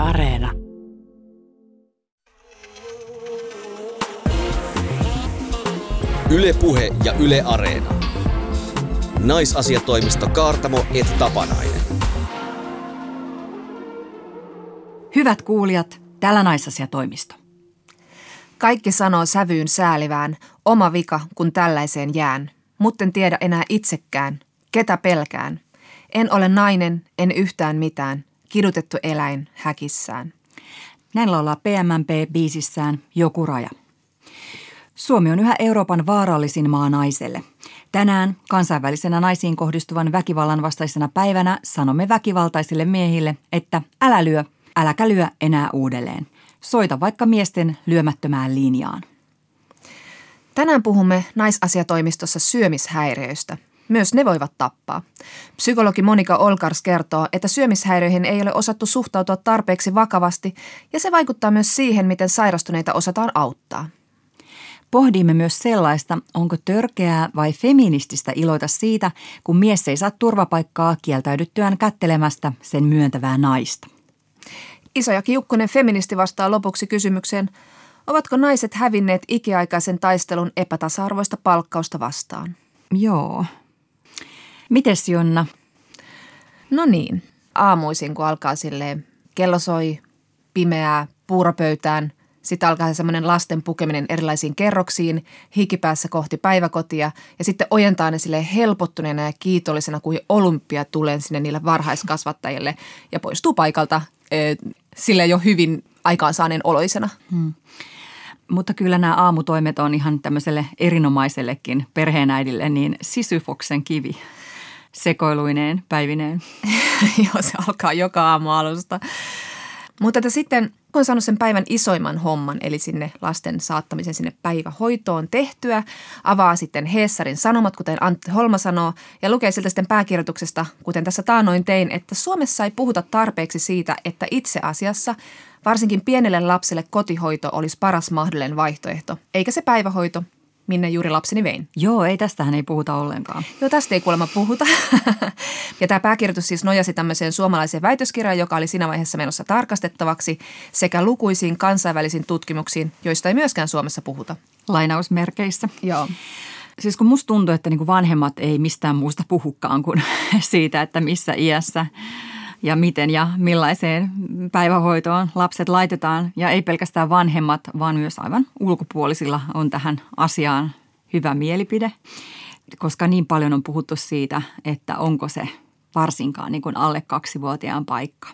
Areena. Yle Puhe ja Yle Areena. Naisasiatoimisto Kaartamo et Tapanainen. Hyvät kuulijat, täällä Naisasiatoimisto. Kaikki sanoo sävyyn säälivään, oma vika kun tällaiseen jään. Mutten tiedä enää itsekään, ketä pelkään. En ole nainen, en yhtään mitään, kidutettu eläin häkissään. Näin laulaa PMMP-biisissään Joku raja. Suomi on yhä Euroopan vaarallisin maa naiselle. Tänään kansainvälisenä naisiin kohdistuvan väkivallan vastaisena päivänä sanomme väkivaltaisille miehille, että älä lyö, äläkä lyö enää uudelleen. Soita vaikka miesten lyömättömään linjaan. Tänään puhumme naisasiatoimistossa syömishäiriöistä. Myös ne voivat tappaa. Psykologi Monika Olkars kertoo, että syömishäiriöihin ei ole osattu suhtautua tarpeeksi vakavasti ja se vaikuttaa myös siihen, miten sairastuneita osataan auttaa. Pohdimme myös sellaista, onko törkeää vai feminististä iloita siitä, kun mies ei saa turvapaikkaa kieltäydyttyään kättelemästä sen myöntävää naista. Iso ja kiukkunen feministi vastaa lopuksi kysymykseen, ovatko naiset hävinneet ikiaikaisen taistelun epätasa-arvoista palkkausta vastaan? Joo. Mites Jonna? No niin, aamuisin kun alkaa silleen, kello soi, pimeää, puuropöytään, sitten alkaa semmoinen lasten pukeminen erilaisiin kerroksiin, hikipäässä kohti päiväkotia ja sitten ojentaa ne silleen helpottuneena ja kiitollisena kuin olympia tulen sinne niille varhaiskasvattajille ja poistuu paikalta silleen jo hyvin aikaansaaneen oloisena. Mutta kyllä nämä aamutoimet on ihan tämmöiselle erinomaisellekin perheenäidille niin Sisyfoksen kivi sekoiluineen päivineen. Joo, se alkaa joka aamu alusta. Mutta että sitten kun on saanut sen päivän isoimman homman, eli sinne lasten saattamisen sinne päivähoitoon tehtyä, avaa sitten Hesarin Sanomat, kuten Antti Holma sanoo, ja lukee siltä sitten pääkirjoituksesta, kuten tässä taannoin tein, että Suomessa ei puhuta tarpeeksi siitä, että itse asiassa varsinkin pienelle lapselle kotihoito olisi paras mahdollinen vaihtoehto, eikä se päivähoito, minne juuri lapseni vein. Joo, ei tästähän ei puhuta ollenkaan. Joo, tästä ei kuulemma puhuta. Ja tämä pääkirjoitus siis nojasi tämmöiseen suomalaiseen väitöskirjaan, joka oli siinä vaiheessa menossa tarkastettavaksi, sekä lukuisiin kansainvälisiin tutkimuksiin, joista ei myöskään Suomessa puhuta. Lainausmerkeissä. Joo. Siis kun musta tuntuu, että niinku vanhemmat ei mistään muusta puhukaan kuin siitä, että missä iässä ja miten ja millaiseen päivähoitoon lapset laitetaan. Ja ei pelkästään vanhemmat, vaan myös aivan ulkopuolisilla on tähän asiaan hyvä mielipide, koska niin paljon on puhuttu siitä, että onko se varsinkaan niin kuin alle 2-vuotiaan paikka.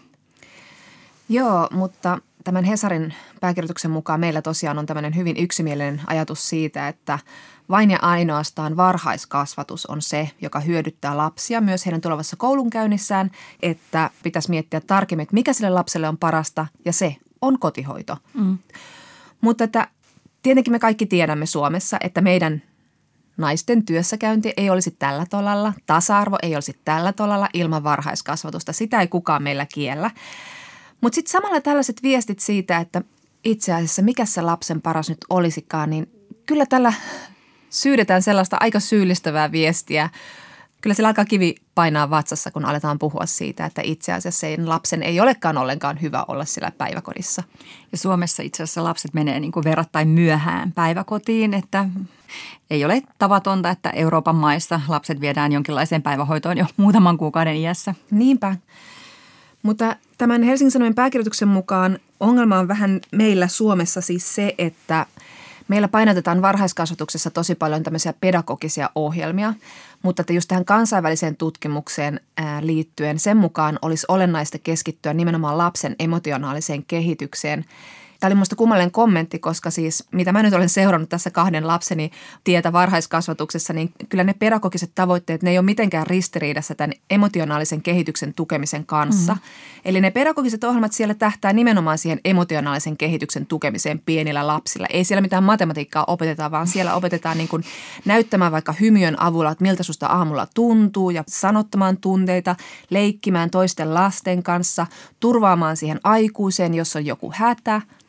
Joo, mutta tämän Hesarin pääkirjoituksen mukaan meillä tosiaan on tämmöinen hyvin yksimielinen ajatus siitä, että vain ja ainoastaan varhaiskasvatus on se, joka hyödyttää lapsia myös heidän tulevassa koulunkäynnissään, että pitäisi miettiä tarkemmin, että mikä sille lapselle on parasta ja se on kotihoito. Mutta että tietenkin me kaikki tiedämme Suomessa, että meidän naisten työssäkäynti ei olisi tällä tolalla, tasa-arvo ei olisi tällä tolalla ilman varhaiskasvatusta. Sitä ei kukaan meillä kiellä. Mutta sitten samalla tällaiset viestit siitä, että itse asiassa mikä se lapsen paras nyt olisikaan, niin kyllä tällä syydetään sellaista aika syyllistävää viestiä. Kyllä sillä alkaa kivi painaa vatsassa, kun aletaan puhua siitä, että itse asiassa sen lapsen ei olekaan ollenkaan hyvä olla siellä päiväkodissa. Ja Suomessa itse asiassa lapset menee niin kuin verrattain myöhään päiväkotiin, että ei ole tavatonta, että Euroopan maissa lapset viedään jonkinlaiseen päivähoitoon jo muutaman kuukauden iässä. Niinpä. Mutta tämän Helsingin Sanomien pääkirjoituksen mukaan ongelma on vähän meillä Suomessa siis se, että meillä painotetaan varhaiskasvatuksessa tosi paljon tämmöisiä pedagogisia ohjelmia, mutta että just tähän kansainväliseen tutkimukseen liittyen sen mukaan olisi olennaista keskittyä nimenomaan lapsen emotionaaliseen kehitykseen. Tämä oli minusta kummallinen kommentti, koska siis mitä mä nyt olen seurannut tässä 2 lapseni tietä varhaiskasvatuksessa, niin kyllä ne pedagogiset tavoitteet, ne ei ole mitenkään ristiriidassa tämän emotionaalisen kehityksen tukemisen kanssa. Eli ne pedagogiset ohjelmat siellä tähtää nimenomaan siihen emotionaalisen kehityksen tukemiseen pienillä lapsilla. Ei siellä mitään matematiikkaa opeteta, vaan siellä opetetaan niin kuin näyttämään vaikka hymyön avulla, että miltä susta aamulla tuntuu ja sanottamaan tunteita, leikkimään toisten lasten kanssa, turvaamaan siihen aikuiseen, jos on joku hätä.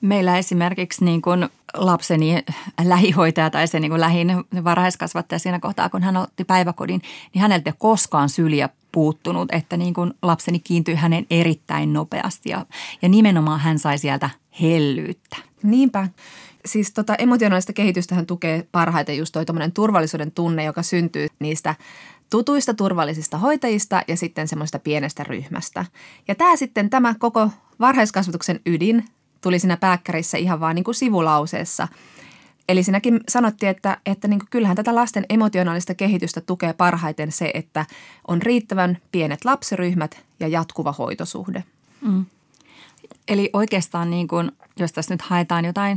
Meillä esimerkiksi niin kuin lapseni lähihoitaja tai se niin kuin lähin varhaiskasvattaja siinä kohtaa, kun hän otti päiväkodin, niin häneltä ei nimenomaan syliä puuttunut, että niin kuin lapseni kiintyi hänen erittäin nopeasti ja nimenomaan hän sai sieltä hellyyttä. Niinpä. Siis emotionaalista kehitystähän tukee parhaiten just toi tommoinen turvallisuuden tunne, joka syntyy niistä tutuista turvallisista hoitajista ja sitten semmoista pienestä ryhmästä. Ja tämä koko varhaiskasvatuksen ydin tuli siinä pääkkärissä ihan vaan niin kuin sivulauseessa. Eli siinäkin sanottiin, että niin kuin kyllähän tätä lasten emotionaalista kehitystä tukee parhaiten se, että on riittävän pienet lapsiryhmät ja jatkuva hoitosuhde. Mm. Eli oikeastaan niin kuin, jos tässä nyt haetaan jotain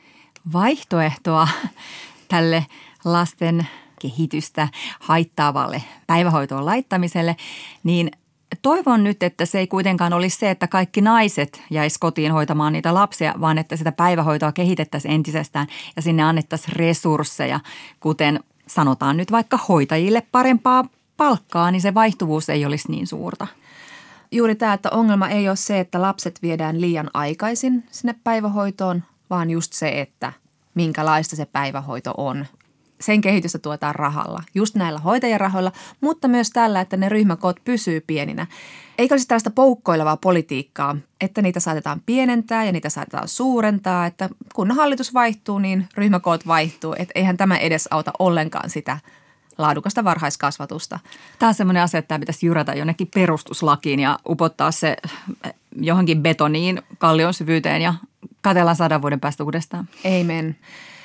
vaihtoehtoa tälle lasten kehitystä haittaavalle päivähoitoon laittamiselle, niin toivon nyt, että se ei kuitenkaan olisi se, että kaikki naiset jäisi kotiin hoitamaan niitä lapsia, vaan että sitä päivähoitoa kehitettäisiin entisestään ja sinne annettaisiin resursseja, kuten sanotaan nyt vaikka hoitajille parempaa palkkaa, niin se vaihtuvuus ei olisi niin suurta. Juuri tämä, että ongelma ei ole se, että lapset viedään liian aikaisin sinne päivähoitoon, vaan just se, että minkälaista se päivähoito on. Sen kehitystä tuetaan rahalla, just näillä hoitajarahoilla, mutta myös tällä, että ne ryhmäkoot pysyy pieninä. Eikä olisi tällaista poukkoilevaa politiikkaa, että niitä saatetaan pienentää ja niitä saatetaan suurentaa, että kun hallitus vaihtuu, niin ryhmäkoot vaihtuu. Että eihän tämä edes auta ollenkaan sitä laadukasta varhaiskasvatusta. Tämä on semmoinen asia, että tämä pitäisi jyrätä jonnekin perustuslakiin ja upottaa se johonkin betoniin, kallion syvyyteen ja katsellaan 100 vuoden päästä uudestaan. Amen.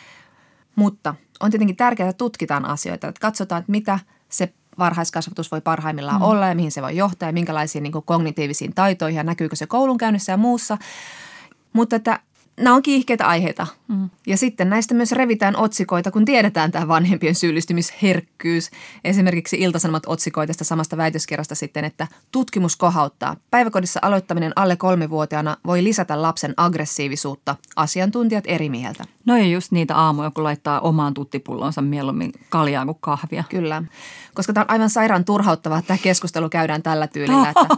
Mutta on tietenkin tärkeää, että tutkitaan asioita, että katsotaan, että mitä se varhaiskasvatus voi parhaimmillaan olla ja mihin se voi johtaa ja minkälaisiin niin kuin kognitiivisiin taitoihin ja näkyykö se koulunkäynnissä ja muussa. Mutta että nämä on kiihkeitä aiheita. Ja sitten näistä myös revitään otsikoita, kun tiedetään tämä vanhempien syyllistymisherkkyys. Esimerkiksi Ilta-Sanomat otsikoi tästä samasta väitöskirjasta sitten, että tutkimus kohauttaa. Päiväkodissa aloittaminen alle 3-vuotiaana voi lisätä lapsen aggressiivisuutta. Asiantuntijat eri mieltä. No ei just niitä aamuja, kun laittaa omaan tuttipullonsa mieluummin kaljaa kuin kahvia. Kyllä, koska tämä on aivan sairaan turhauttavaa, että tämä keskustelu käydään tällä tyylillä. Että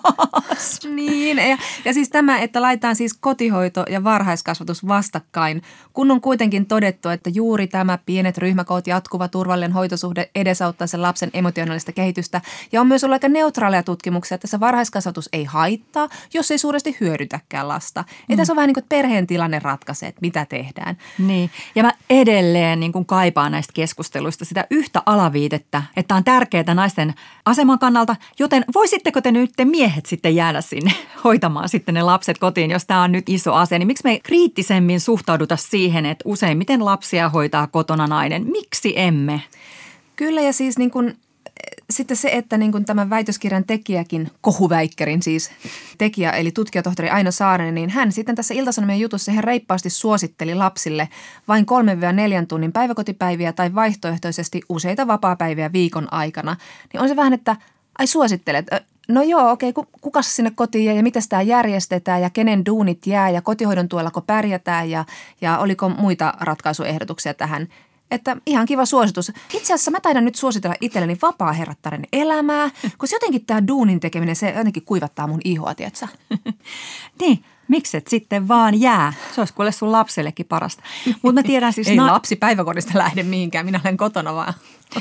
niin, ja siis tämä, että laitetaan siis kotihoito ja varhaiskasvatus vastakkain, kun on kuitenkin todettu, että juuri tämä pienet ryhmäkoot, jatkuva turvallinen hoitosuhde edesauttaa sen lapsen emotionaalista kehitystä. Ja on myös ollut aika neutraaleja tutkimuksia, että se varhaiskasvatus ei haittaa, jos ei suuresti hyödytäkään lasta. Ja tässä on vähän niin kuin, että perheen tilanne ratkaisee, että mitä tehdään. Niin, ja mä edelleen niin kuin kaipaan näistä keskusteluista sitä yhtä alaviitettä, että on tärkeää naisten aseman kannalta, joten voisitteko te nyt miehet sitten jäädä sinne hoitamaan sitten ne lapset kotiin, jos tämä on nyt iso asia, niin miksi me kriittisemmin suhtauduta siihen, että useimmiten lapsia hoitaa kotona nainen? Miksi emme? Kyllä ja siis niin kuin sitten se, että niin kuin tämän väitöskirjan tekijäkin, kohuväikkärin siis tekijä, eli tutkijatohtori Aino Saarinen, niin hän sitten tässä Ilta-Sanomien jutussa ihan reippaasti suositteli lapsille vain 3-4 tunnin päiväkotipäiviä tai vaihtoehtoisesti useita vapaapäiviä viikon aikana. Niin on se vähän, että ai suosittelet, no joo, okei, kukas sinne kotiin jää ja miten sitä järjestetään ja kenen duunit jää ja kotihoidon tuellako pärjätään ja oliko muita ratkaisuehdotuksia tähän. Että ihan kiva suositus. Itse asiassa mä taidan nyt suositella itselleni vapaaherrattaren elämää, koska jotenkin tämä duunin tekeminen, se jotenkin kuivattaa mun ihoa, tietsä? Niin, mikset sitten vaan jää? Se olisi kuule sun lapsellekin parasta. Mutta mä tiedän siis... Ei lapsi päiväkodista lähde mihinkään, minä olen kotona vaan.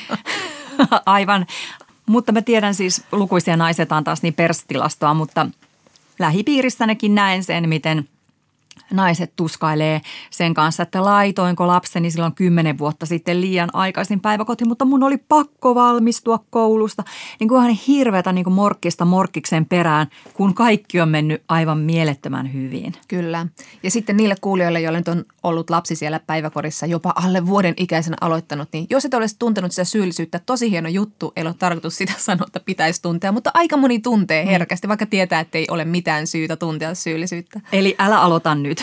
Aivan. Mutta mä tiedän siis, lukuisia naisia on taas niin perstilastoa, mutta lähipiirissänekin näen sen, miten naiset tuskailee sen kanssa, että laitoinko lapseni silloin 10 vuotta sitten liian aikaisin päiväkotiin, mutta mun oli pakko valmistua koulusta. Niin kuin ihan hirveätä niin kuin morkkista morkkiksen perään, kun kaikki on mennyt aivan mielettömän hyvin. Kyllä. Ja sitten niille kuulijoille, joille nyt on ollut lapsi siellä päiväkodissa jopa alle vuoden ikäisenä aloittanut, niin jos et olisi tuntenut sitä syyllisyyttä, tosi hieno juttu, ei ole tarkoitus sitä sanoa, että pitäisi tuntea, mutta aika moni tuntee herkästi, vaikka tietää, että ei ole mitään syytä tuntea syyllisyyttä. Eli älä aloita nyt.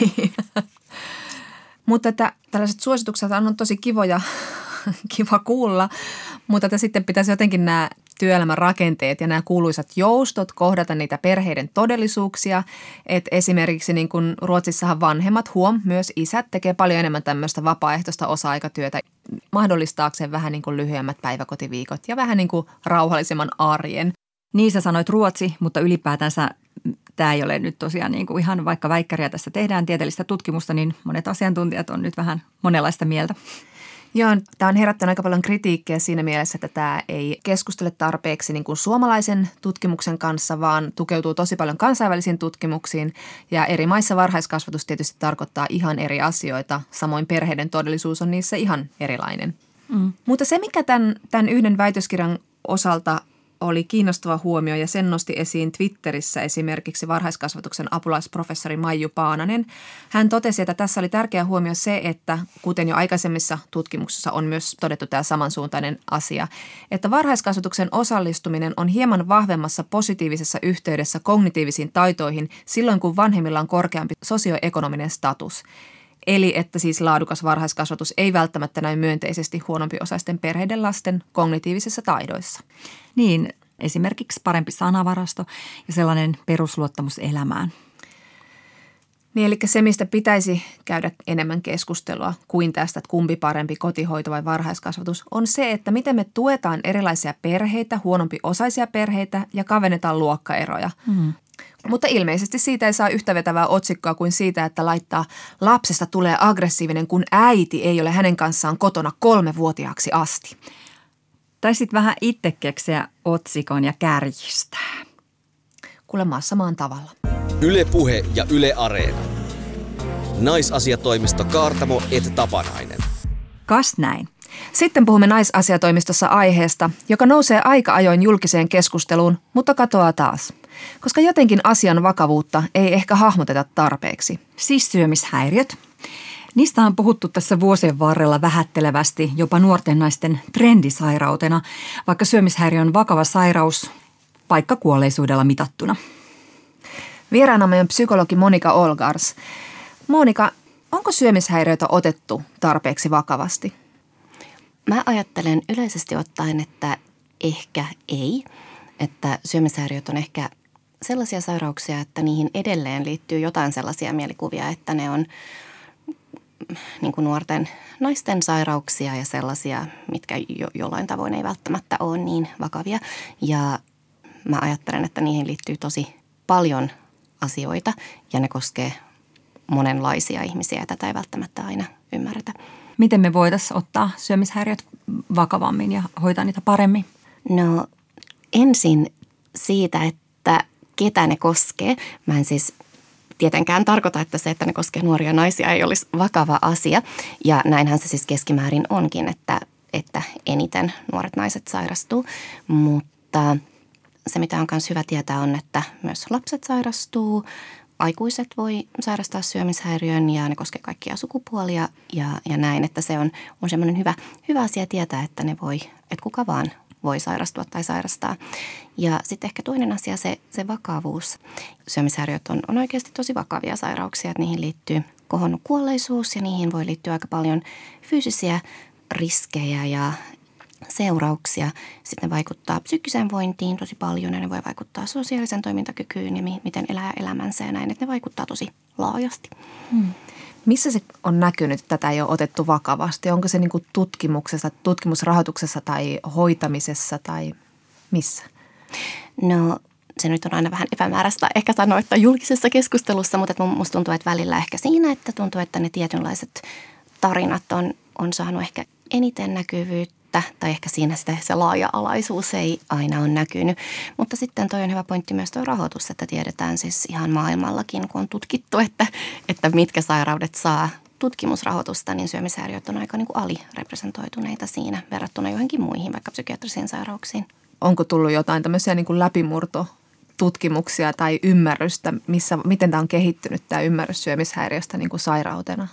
Mutta että tällaiset suositukset on tosi kiva kuulla, mutta että sitten pitäisi jotenkin nämä työelämän rakenteet ja nämä kuuluisat joustot kohdata niitä perheiden todellisuuksia. Että esimerkiksi niin kuin Ruotsissahan vanhemmat, myös isät, tekee paljon enemmän tämmöistä vapaaehtoista osa-aikatyötä mahdollistaakseen vähän niin kuin lyhyemmät päiväkotiviikot ja vähän niin kuin rauhallisemman arjen. Niin sä sanoit Ruotsi, mutta ylipäätänsä tämä ei ole nyt tosiaan niin kuin ihan vaikka väikkäriä tässä tehdään tieteellistä tutkimusta, niin monet asiantuntijat on nyt vähän monenlaista mieltä. Joo, tämä on herättänyt aika paljon kritiikkiä siinä mielessä, että tämä ei keskustele tarpeeksi niin kuin suomalaisen tutkimuksen kanssa, vaan tukeutuu tosi paljon kansainvälisiin tutkimuksiin. Ja eri maissa varhaiskasvatus tietysti tarkoittaa ihan eri asioita. Samoin perheiden todellisuus on niissä ihan erilainen. Mutta se, mikä tämän yhden väitöskirjan osalta oli kiinnostava huomio ja sen nosti esiin Twitterissä esimerkiksi varhaiskasvatuksen apulaisprofessori Maiju Paananen. Hän totesi, että tässä oli tärkeä huomio se, että kuten jo aikaisemmissa tutkimuksissa on myös todettu tämä samansuuntainen asia, että varhaiskasvatuksen osallistuminen on hieman vahvemmassa positiivisessa yhteydessä kognitiivisiin taitoihin silloin, kun vanhemmilla on korkeampi sosioekonominen status. Eli että siis laadukas varhaiskasvatus ei välttämättä näy myönteisesti huonompiosaisten perheiden lasten kognitiivisissa taidoissa. Niin, esimerkiksi parempi sanavarasto ja sellainen perusluottamus elämään. Niin, eli se, mistä pitäisi käydä enemmän keskustelua kuin tästä, että kumpi parempi, kotihoito vai varhaiskasvatus, on se, että miten me tuetaan erilaisia perheitä, huonompiosaisia perheitä ja kavennetaan luokkaeroja. Mutta ilmeisesti siitä ei saa yhtä vetävää otsikkoa kuin siitä, että laittaa lapsesta tulee aggressiivinen, kun äiti ei ole hänen kanssaan kotona 3-vuotiaaksi asti. Tai sitten vähän itse keksiä otsikon ja kärjistää. Kuulemma samaan tavalla. Yle Puhe ja Yle Areena. Naisasiatoimisto Kaartamo et Tapanainen. Kas näin. Sitten puhumme naisasiatoimistossa aiheesta, joka nousee aika ajoin julkiseen keskusteluun, mutta katoaa taas. Koska jotenkin asian vakavuutta ei ehkä hahmoteta tarpeeksi. Siis syömishäiriöt. Niistä on puhuttu tässä vuosien varrella vähättelevästi, jopa nuorten naisten trendisairautena, vaikka syömishäiriö on vakava sairaus, vaikka kuolleisuudella mitattuna. Vieraanamme on psykologi Monika Olgars. Monika, onko syömishäiriöitä otettu tarpeeksi vakavasti? Mä ajattelen yleisesti ottaen, että ehkä ei. Että syömishäiriöt on ehkä sellaisia sairauksia, että niihin edelleen liittyy jotain sellaisia mielikuvia, että ne on niin kuin nuorten naisten sairauksia ja sellaisia, mitkä jollain tavoin ei välttämättä ole niin vakavia. Ja mä ajattelen, että niihin liittyy tosi paljon asioita ja ne koskee monenlaisia ihmisiä ja tätä ei välttämättä aina ymmärretä. Miten me voitaisiin ottaa syömishäiriöt vakavammin ja hoitaa niitä paremmin? No ensin siitä, että ketä ne koskee. Mä en siis tietenkään tarkoita, että se, että ne koskee nuoria naisia ei olisi vakava asia. Ja näinhän se siis keskimäärin onkin, että eniten nuoret naiset sairastuu. Mutta se, mitä on myös hyvä tietää, on, että myös lapset sairastuu. Aikuiset voi sairastaa syömishäiriön ja ne koskee kaikkia sukupuolia ja näin, että se on semmoinen hyvä asia tietää, että että kuka vaan voi sairastua tai sairastaa. Ja sitten ehkä toinen asia, se vakavuus. Syömishäiriöt on oikeasti tosi vakavia sairauksia, että niihin liittyy kohonnut kuolleisuus ja niihin voi liittyä aika paljon fyysisiä riskejä ja seurauksia. Sitten ne vaikuttaa psyykkiseen vointiin tosi paljon ja ne voi vaikuttaa sosiaalisen toimintakykyyn ja miten elää elämänsä ja näin, että ne vaikuttaa tosi laajasti. Missä se on näkynyt, että tätä ei ole otettu vakavasti? Onko se niin kuin tutkimuksessa, tutkimusrahoituksessa tai hoitamisessa tai missä? No se nyt on aina vähän epämääräistä ehkä sanoa, että julkisessa keskustelussa, mutta musta tuntuu, että välillä ehkä siinä, että tuntuu, että ne tietynlaiset tarinat on saanut ehkä eniten näkyvyyttä. Tai ehkä siinä se laaja-alaisuus ei aina ole näkynyt. Mutta sitten toi on hyvä pointti myös tuo rahoitus, että tiedetään siis ihan maailmallakin, kun on tutkittu, että mitkä sairaudet saa tutkimusrahoitusta, niin syömishäiriöt on aika niin kuin alirepresentoituneita siinä verrattuna johonkin muihin, vaikka psykiatrisiin sairauksiin. Onko tullut jotain tämmöisiä niin kuin läpimurtotutkimuksia tai ymmärrystä, miten tämä on kehittynyt, tämä ymmärrys syömishäiriöstä niin kuin sairautena?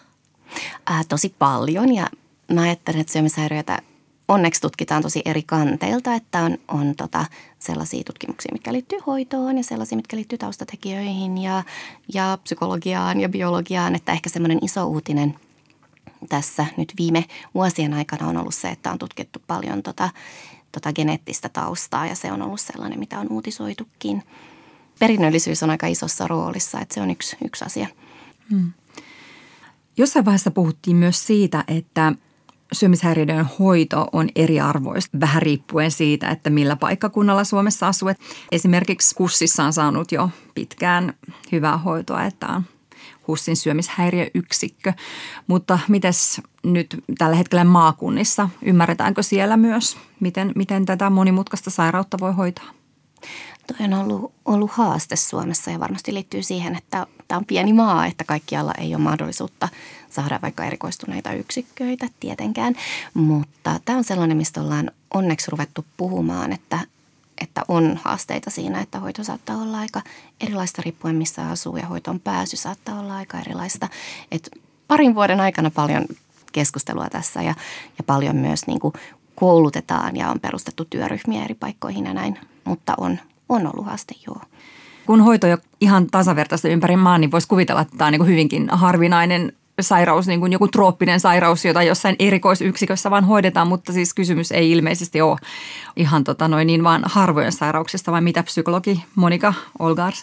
Tosi paljon ja mä ajattelen, että syömishäiriöitä onneksi tutkitaan tosi eri kanteilta, että on sellaisia tutkimuksia, mitkä liittyy hoitoon ja sellaisia, mitkä liittyy taustatekijöihin ja psykologiaan ja biologiaan. Että ehkä semmoinen iso uutinen tässä nyt viime vuosien aikana on ollut se, että on tutkittu paljon geneettistä taustaa ja se on ollut sellainen, mitä on uutisoitukin. Perinnöllisyys on aika isossa roolissa, että se on yksi asia. Jossain vaiheessa puhuttiin myös siitä, että syömishäiriöiden hoito on eriarvoista vähän riippuen siitä, että millä paikkakunnalla Suomessa asuu. Esimerkiksi HUSissa on saanut jo pitkään hyvää hoitoa, että on HUSin syömishäiriöyksikkö. Mutta mites nyt tällä hetkellä maakunnissa? Ymmärretäänkö siellä myös, miten tätä monimutkaista sairautta voi hoitaa? Toi on ollut haaste Suomessa ja varmasti liittyy siihen, että tämä on pieni maa, että kaikkialla ei ole mahdollisuutta saada vaikka erikoistuneita yksikköitä tietenkään. Mutta tämä on sellainen, mistä ollaan onneksi ruvettu puhumaan, että on haasteita siinä, että hoito saattaa olla aika erilaista riippuen missä asuu ja hoitoon pääsy saattaa olla aika erilaista. Et parin vuoden aikana paljon keskustelua tässä ja paljon myös niin kuin koulutetaan ja on perustettu työryhmiä eri paikkoihin ja näin, mutta on ollut haaste, joo. Kun hoito on ihan tasavertaista ympäri maan, niin voisi kuvitella, että tämä on niin kuin hyvinkin harvinainen sairaus, niin kuin joku trooppinen sairaus, jota jossain erikoisyksikössä vaan hoidetaan, mutta siis kysymys ei ilmeisesti ole ihan niin vaan harvojen sairauksista, vai mitä psykologi Monika Olgars?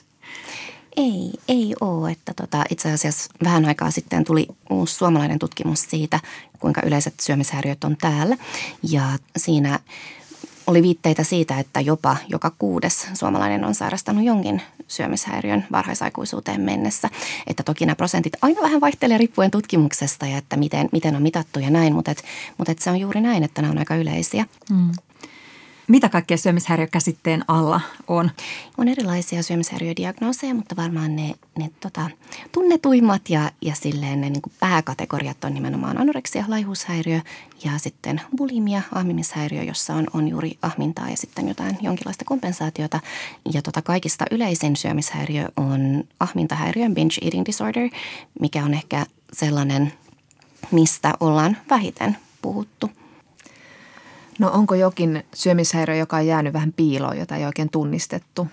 Ei ole, että itse asiassa vähän aikaa sitten tuli uusi suomalainen tutkimus siitä, kuinka yleiset syömishäiriöt on täällä ja siinä oli viitteitä siitä, että jopa joka 6. suomalainen on sairastanut jonkin syömishäiriön varhaisaikuisuuteen mennessä. Että toki nämä prosentit aina vähän vaihtelee riippuen tutkimuksesta ja että miten on mitattu ja näin, mutta se on juuri näin, että nämä on aika yleisiä. Mitä kaikkea syömishäiriökäsitteen alla on? On erilaisia syömishäiriödiagnooseja, mutta varmaan ne tunnetuimmat ja silleen ne niin kuin pääkategoriat on nimenomaan anoreksia, laihuushäiriö ja sitten bulimia, ahmimishäiriö, jossa on juuri ahmintaa ja sitten jotain jonkinlaista kompensaatiota. Ja kaikista yleisin syömishäiriö on ahmintahäiriö, binge eating disorder, mikä on ehkä sellainen, mistä ollaan vähiten puhuttu. No onko jokin syömishäiriö, joka on jäänyt vähän piiloon, jota ei oikein tunnistettu?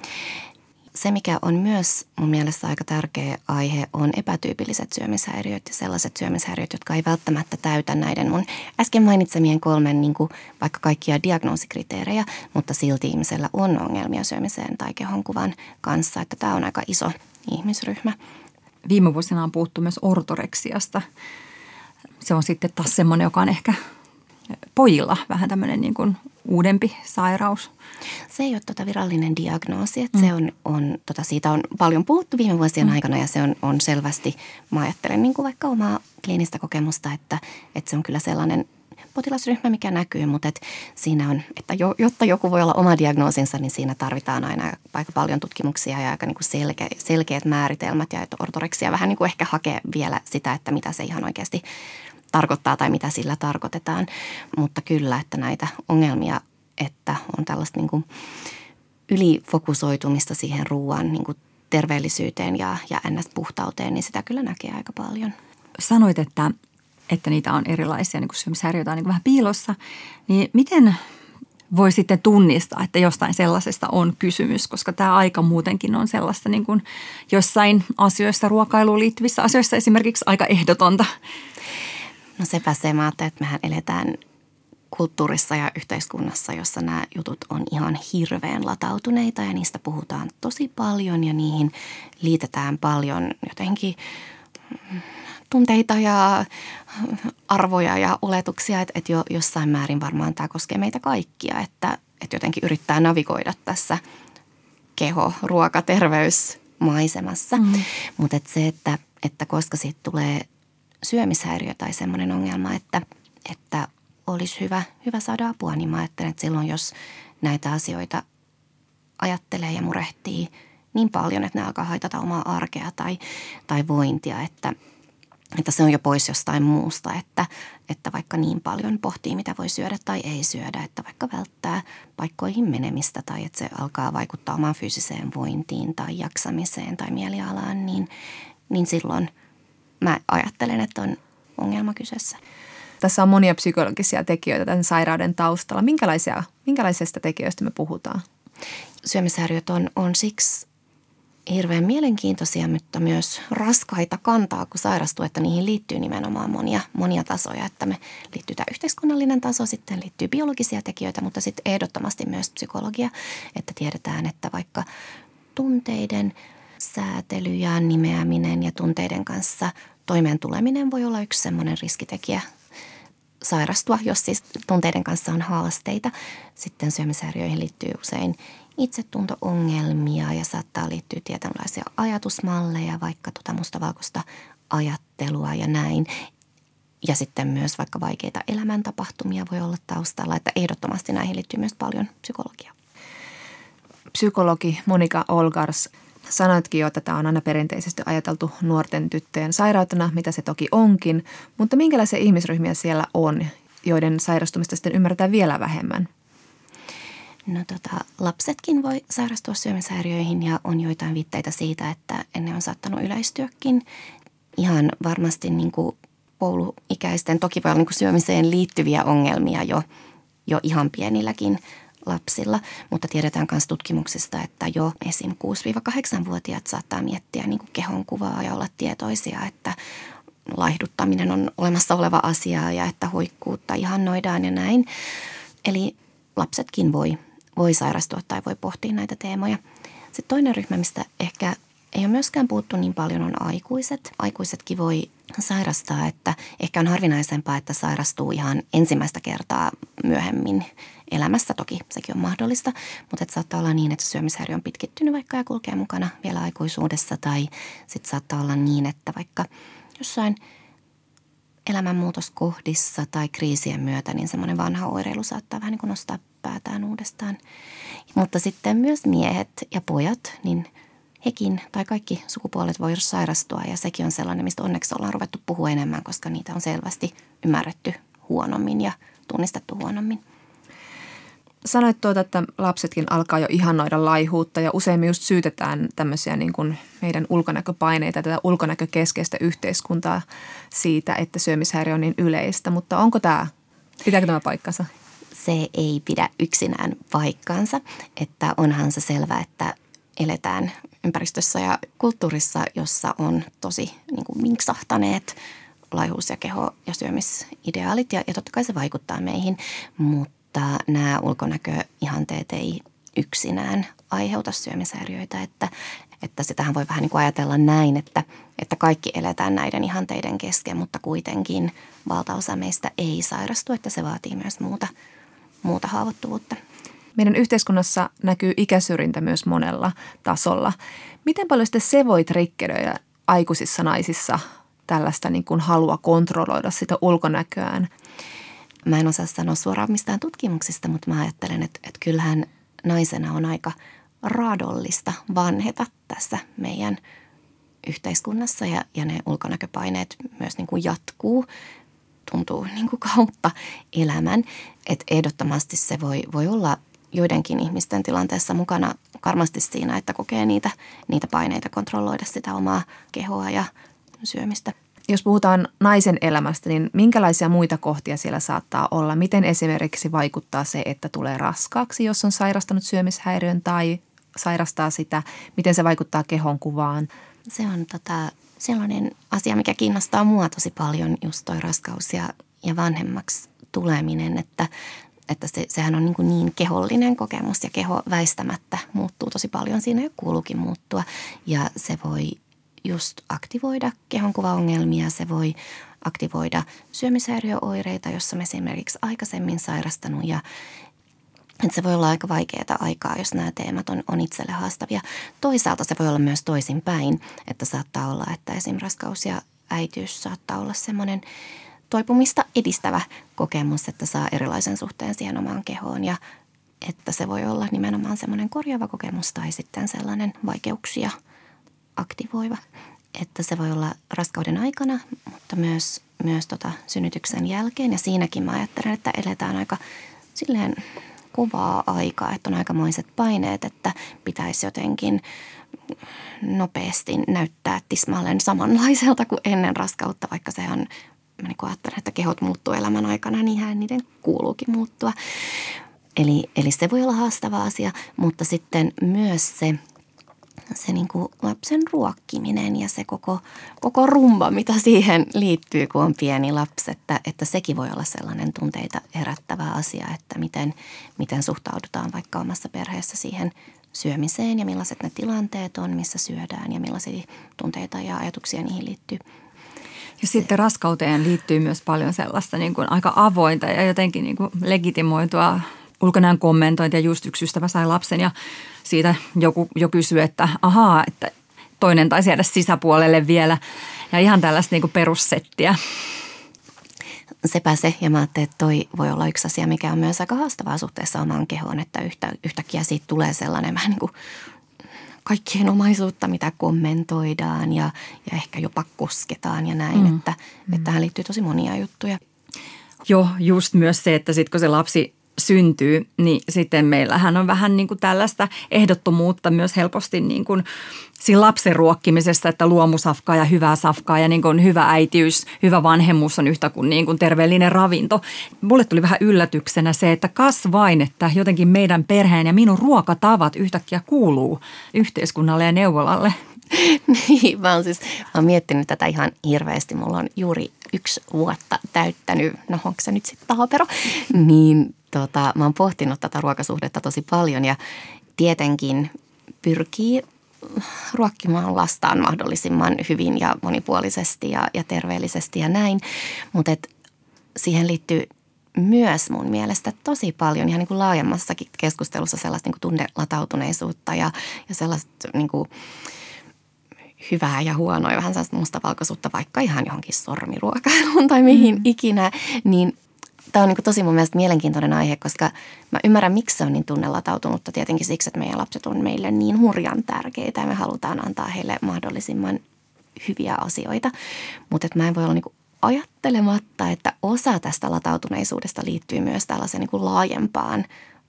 Se, mikä on myös mun mielestä aika tärkeä aihe, on epätyypilliset syömishäiriöt ja sellaiset syömishäiriöt, jotka ei välttämättä täytä näiden mun äsken mainitsemien 3 niin kuin vaikka kaikkia diagnoosikriteerejä, mutta silti ihmisellä on ongelmia syömiseen tai kehonkuvan kanssa, että tämä on aika iso ihmisryhmä. Viime vuosina on puhuttu myös ortoreksiasta. Se on sitten taas semmoinen, joka on ehkä pojilla vähän tämmöinen niin kuin uudempi sairaus. Se ei ole virallinen diagnoosi, että se on siitä on paljon puhuttu viime vuosien aikana ja se on selvästi, mä ajattelen niin kuin vaikka omaa kliinistä kokemusta, että se on kyllä sellainen potilasryhmä, mikä näkyy, mutta siinä on, että jotta joku voi olla oma diagnoosinsa, niin siinä tarvitaan aina aika paljon tutkimuksia ja aika niin kuin selkeät määritelmät ja että ortoreksia vähän niin kuin ehkä hakee vielä sitä, että mitä se ihan oikeasti tarkoittaa tai mitä sillä tarkoitetaan, mutta kyllä, että näitä ongelmia, että on tällaista niin kuin ylifokusoitumista siihen ruoan niin kuin terveellisyyteen ja NS-puhtauteen, niin sitä kyllä näkee aika paljon. Sanoit, että niitä on erilaisia, niin kuin syömishäiriöitä on niin kuin vähän piilossa, niin miten voi sitten tunnistaa, että jostain sellaisesta on kysymys, koska tämä aika muutenkin on sellaista niin kuin jossain asioissa, ruokailuun liittyvissä asioissa esimerkiksi aika ehdotonta. No sepä se, mä ajattelen, että mehän eletään kulttuurissa ja yhteiskunnassa, jossa nämä jutut on ihan hirveän latautuneita ja niistä puhutaan tosi paljon ja niihin liitetään paljon jotenkin tunteita ja arvoja ja oletuksia, että jossain määrin varmaan tämä koskee meitä kaikkia, että jotenkin yrittää navigoida tässä ruoka, terveysmaisemassa. Mutta se, että koska siitä tulee syömishäiriö tai semmoinen ongelma, että olisi hyvä saada apua, niin mä ajattelen, että silloin jos näitä asioita ajattelee ja murehtii niin paljon, että ne alkaa haitata omaa arkea tai vointia, että se on jo pois jostain muusta, että vaikka niin paljon pohtii, mitä voi syödä tai ei syödä, että vaikka välttää paikkoihin menemistä tai että se alkaa vaikuttaa omaan fyysiseen vointiin tai jaksamiseen tai mielialaan, niin silloin mä ajattelen, että on ongelma kyseessä. Tässä on monia psykologisia tekijöitä tämän sairauden taustalla. Minkälaisista tekijöistä me puhutaan? Syömishäiriöt on siksi hirveän mielenkiintoisia, mutta myös raskaita kantaa, kun sairastuu, että niihin liittyy nimenomaan monia tasoja. Että me liittyy tämä yhteiskunnallinen taso, sitten liittyy biologisia tekijöitä, mutta sitten ehdottomasti myös psykologia, että tiedetään, että vaikka tunteiden säätely ja nimeäminen ja tunteiden kanssa toimeen tuleminen voi olla yksi semmoinen riskitekijä sairastua, jos siis tunteiden kanssa on haasteita. Sitten syömishäiriöihin liittyy usein itsetunto-ongelmia ja saattaa liittyä tietynlaisia ajatusmalleja, vaikka mustavalkoista ajattelua ja näin. Ja sitten myös vaikka vaikeita elämäntapahtumia voi olla taustalla, että ehdottomasti näihin liittyy myös paljon psykologiaa. Psykologi Monika Olgars, sanoitkin jo, että tämä on aina perinteisesti ajateltu nuorten tyttöjen sairautena, mitä se toki onkin, mutta minkälaisia ihmisryhmiä siellä on, joiden sairastumista sitten ymmärretään vielä vähemmän? No lapsetkin voi sairastua syömishäiriöihin ja on joitain viitteitä siitä, että ne on saattanut yleistyäkin. Ihan varmasti niin kuin kouluikäisten, toki voi olla niin kuin syömiseen liittyviä ongelmia jo ihan pienilläkin lapsilla, mutta tiedetään myös tutkimuksista, että jo esim. 6-8-vuotiaat saattaa miettiä niin kuin kehonkuvaa ja olla tietoisia, että laihduttaminen on olemassa oleva asia ja että hoikkuutta ihannoidaan ja näin. Eli lapsetkin voi sairastua tai voi pohtia näitä teemoja. Sitten toinen ryhmä, mistä ehkä ei ole myöskään puhuttu niin paljon, on aikuiset. Aikuisetkin voi sairastaa, että ehkä on harvinaisempaa, että sairastuu ihan ensimmäistä kertaa myöhemmin elämässä. Toki sekin on mahdollista, mutta että saattaa olla niin, että syömishäiriö on pitkittynyt vaikka ja kulkee mukana vielä aikuisuudessa. Tai sitten saattaa olla niin, että vaikka jossain elämänmuutoskohdissa tai kriisien myötä, niin semmoinen vanha oireilu saattaa vähän niin kuin nostaa päätään uudestaan. Mutta sitten myös miehet ja pojat, niin hekin tai kaikki sukupuolet voi sairastua ja sekin on sellainen, mistä onneksi ollaan ruvettu puhua enemmän, koska niitä on selvästi ymmärretty huonommin ja tunnistettu huonommin. Sanoit että lapsetkin alkaa jo ihannoida laihuutta ja usein me just syytetään tämmöisiä niin kuin meidän ulkonäköpaineita, tätä ulkonäkökeskeistä yhteiskuntaa siitä, että syömishäiriö on niin yleistä, mutta pitääkö tämä paikkansa? Se ei pidä yksinään paikkaansa, että onhan se selvä, että eletään ympäristössä ja kulttuurissa, jossa on tosi niin kuin minksahtaneet laihuus- ja keho- ja syömisideaalit ja totta kai se vaikuttaa meihin, mutta nämä ulkonäköihanteet ei yksinään aiheuta syömishäiriöitä, että sitähän voi vähän niin kuin ajatella näin, että kaikki eletään näiden ihanteiden kesken, mutta kuitenkin valtaosa meistä ei sairastu, että se vaatii myös muuta haavoittuvuutta. Meidän yhteiskunnassa näkyy ikäsyrjintä myös monella tasolla. Miten paljon se voi triggeröidä aikuisissa naisissa tällaista niin kuin halua kontrolloida sitä ulkonäköään? Mä en osaa sanoa suoraan mistään tutkimuksista, mutta mä ajattelen, että kyllähän naisena on aika raadollista vanheta tässä meidän yhteiskunnassa ja ne ulkonäköpaineet myös niin kuin jatkuu, tuntuu niin kuin kautta elämän. Että ehdottomasti se voi olla joidenkin ihmisten tilanteessa mukana varmasti siinä, että kokee niitä paineita kontrolloida sitä omaa kehoa ja syömistä. Jos puhutaan naisen elämästä, niin minkälaisia muita kohtia siellä saattaa olla? Miten esimerkiksi vaikuttaa se, että tulee raskaaksi, jos on sairastanut syömishäiriön tai sairastaa sitä? Miten se vaikuttaa kehonkuvaan? Se on sellainen asia, mikä kiinnostaa mua tosi paljon, just toi raskaus ja vanhemmaksi tuleminen, että sehän on niin kehollinen kokemus ja keho väistämättä muuttuu tosi paljon. Siinä jo kuuluukin muuttua ja se voi just aktivoida kehonkuvaongelmia, se voi aktivoida syömishäiriöoireita, jossa me esimerkiksi aikaisemmin sairastanut ja että se voi olla aika vaikeaa aikaa, jos nämä teemat on itselle haastavia. Toisaalta se voi olla myös toisinpäin, että saattaa olla, että esim. Raskaus ja äitiys saattaa olla semmoinen toipumista edistävä kokemus, että saa erilaisen suhteen siihen omaan kehoon ja että se voi olla nimenomaan semmoinen korjaava kokemus tai sitten sellainen vaikeuksia aktivoiva. Että se voi olla raskauden aikana, mutta myös synnytyksen jälkeen ja siinäkin mä ajattelen, että eletään aika silleen kovaa aikaa, että on aikamoiset paineet, että pitäisi jotenkin nopeasti näyttää tismalleen samanlaiselta kuin ennen raskautta, vaikka se on, mä niin ajattelen, että kehot muuttuu elämän aikana, niin niiden kuuluukin muuttua. Eli se voi olla haastava asia, mutta sitten myös se niin kuin lapsen ruokkiminen ja se koko rumba, mitä siihen liittyy, kun on pieni lapsi, että sekin voi olla sellainen tunteita herättävä asia, että miten suhtaudutaan vaikka omassa perheessä siihen syömiseen ja millaiset ne tilanteet on, missä syödään ja millaisia tunteita ja ajatuksia niihin liittyy. Ja sitten raskauteen liittyy myös paljon sellaista niin kuin aika avointa ja jotenkin niin kuin legitimoitua ulkonäön kommentointia. Just yksi ystävä sai lapsen ja siitä joku kysyi, että ahaa, että toinen taisi jäädä sisäpuolelle vielä ja ihan tällaista niin kuin perussettiä. Sepä se, ja mä ajattelin, että toi voi olla yksi asia, mikä on myös aika haastavaa suhteessa omaan kehoon, että yhtäkkiä siitä tulee sellainen vähän niin kuin kaikkien omaisuutta, mitä kommentoidaan ja ehkä jopa kosketaan ja näin, että tähän liittyy tosi monia juttuja. Joo, just myös se, että sitten kun se lapsi syntyy, niin sitten meillähän on vähän niin kuin tällaista ehdottomuutta myös helposti niin kuin siinä lapsen ruokkimisessa, että luomusafkaa ja hyvää safkaa ja niin kuin hyvä äitiys, hyvä vanhemmuus on yhtä kuin, niin kuin terveellinen ravinto. Mulle tuli vähän yllätyksenä se, että kas vain, että jotenkin meidän perheen ja minun ruokatavat yhtäkkiä kuuluu yhteiskunnalle ja neuvolalle. Niin, mä oon miettinyt tätä ihan hirveästi. Mulla on juuri 1 vuotta täyttänyt, no onko se nyt sitten taapero, niin mä oon pohtinut tätä ruokasuhdetta tosi paljon ja tietenkin pyrkii ruokkimaan lastaan mahdollisimman hyvin ja monipuolisesti ja terveellisesti ja näin, mutta siihen liittyy myös mun mielestä tosi paljon ihan niin kuin laajemmassakin keskustelussa sellaista niin kuin tunnelatautuneisuutta ja sellaista niin kuin hyvää ja huonoa ja vähän sellaista mustavalkoisuutta vaikka ihan johonkin sormiruokailuun tai mihin ikinä, niin tämä on niin kuin tosi mun mielestä mielenkiintoinen aihe, koska mä ymmärrän, miksi se on niin tunnelatautunutta. Tietenkin siksi, että meidän lapset on meille niin hurjan tärkeitä ja me halutaan antaa heille mahdollisimman hyviä asioita. Mutta mä en voi olla niin kuin ajattelematta, että osa tästä latautuneisuudesta liittyy myös tällaiseen niin kuin laajempaan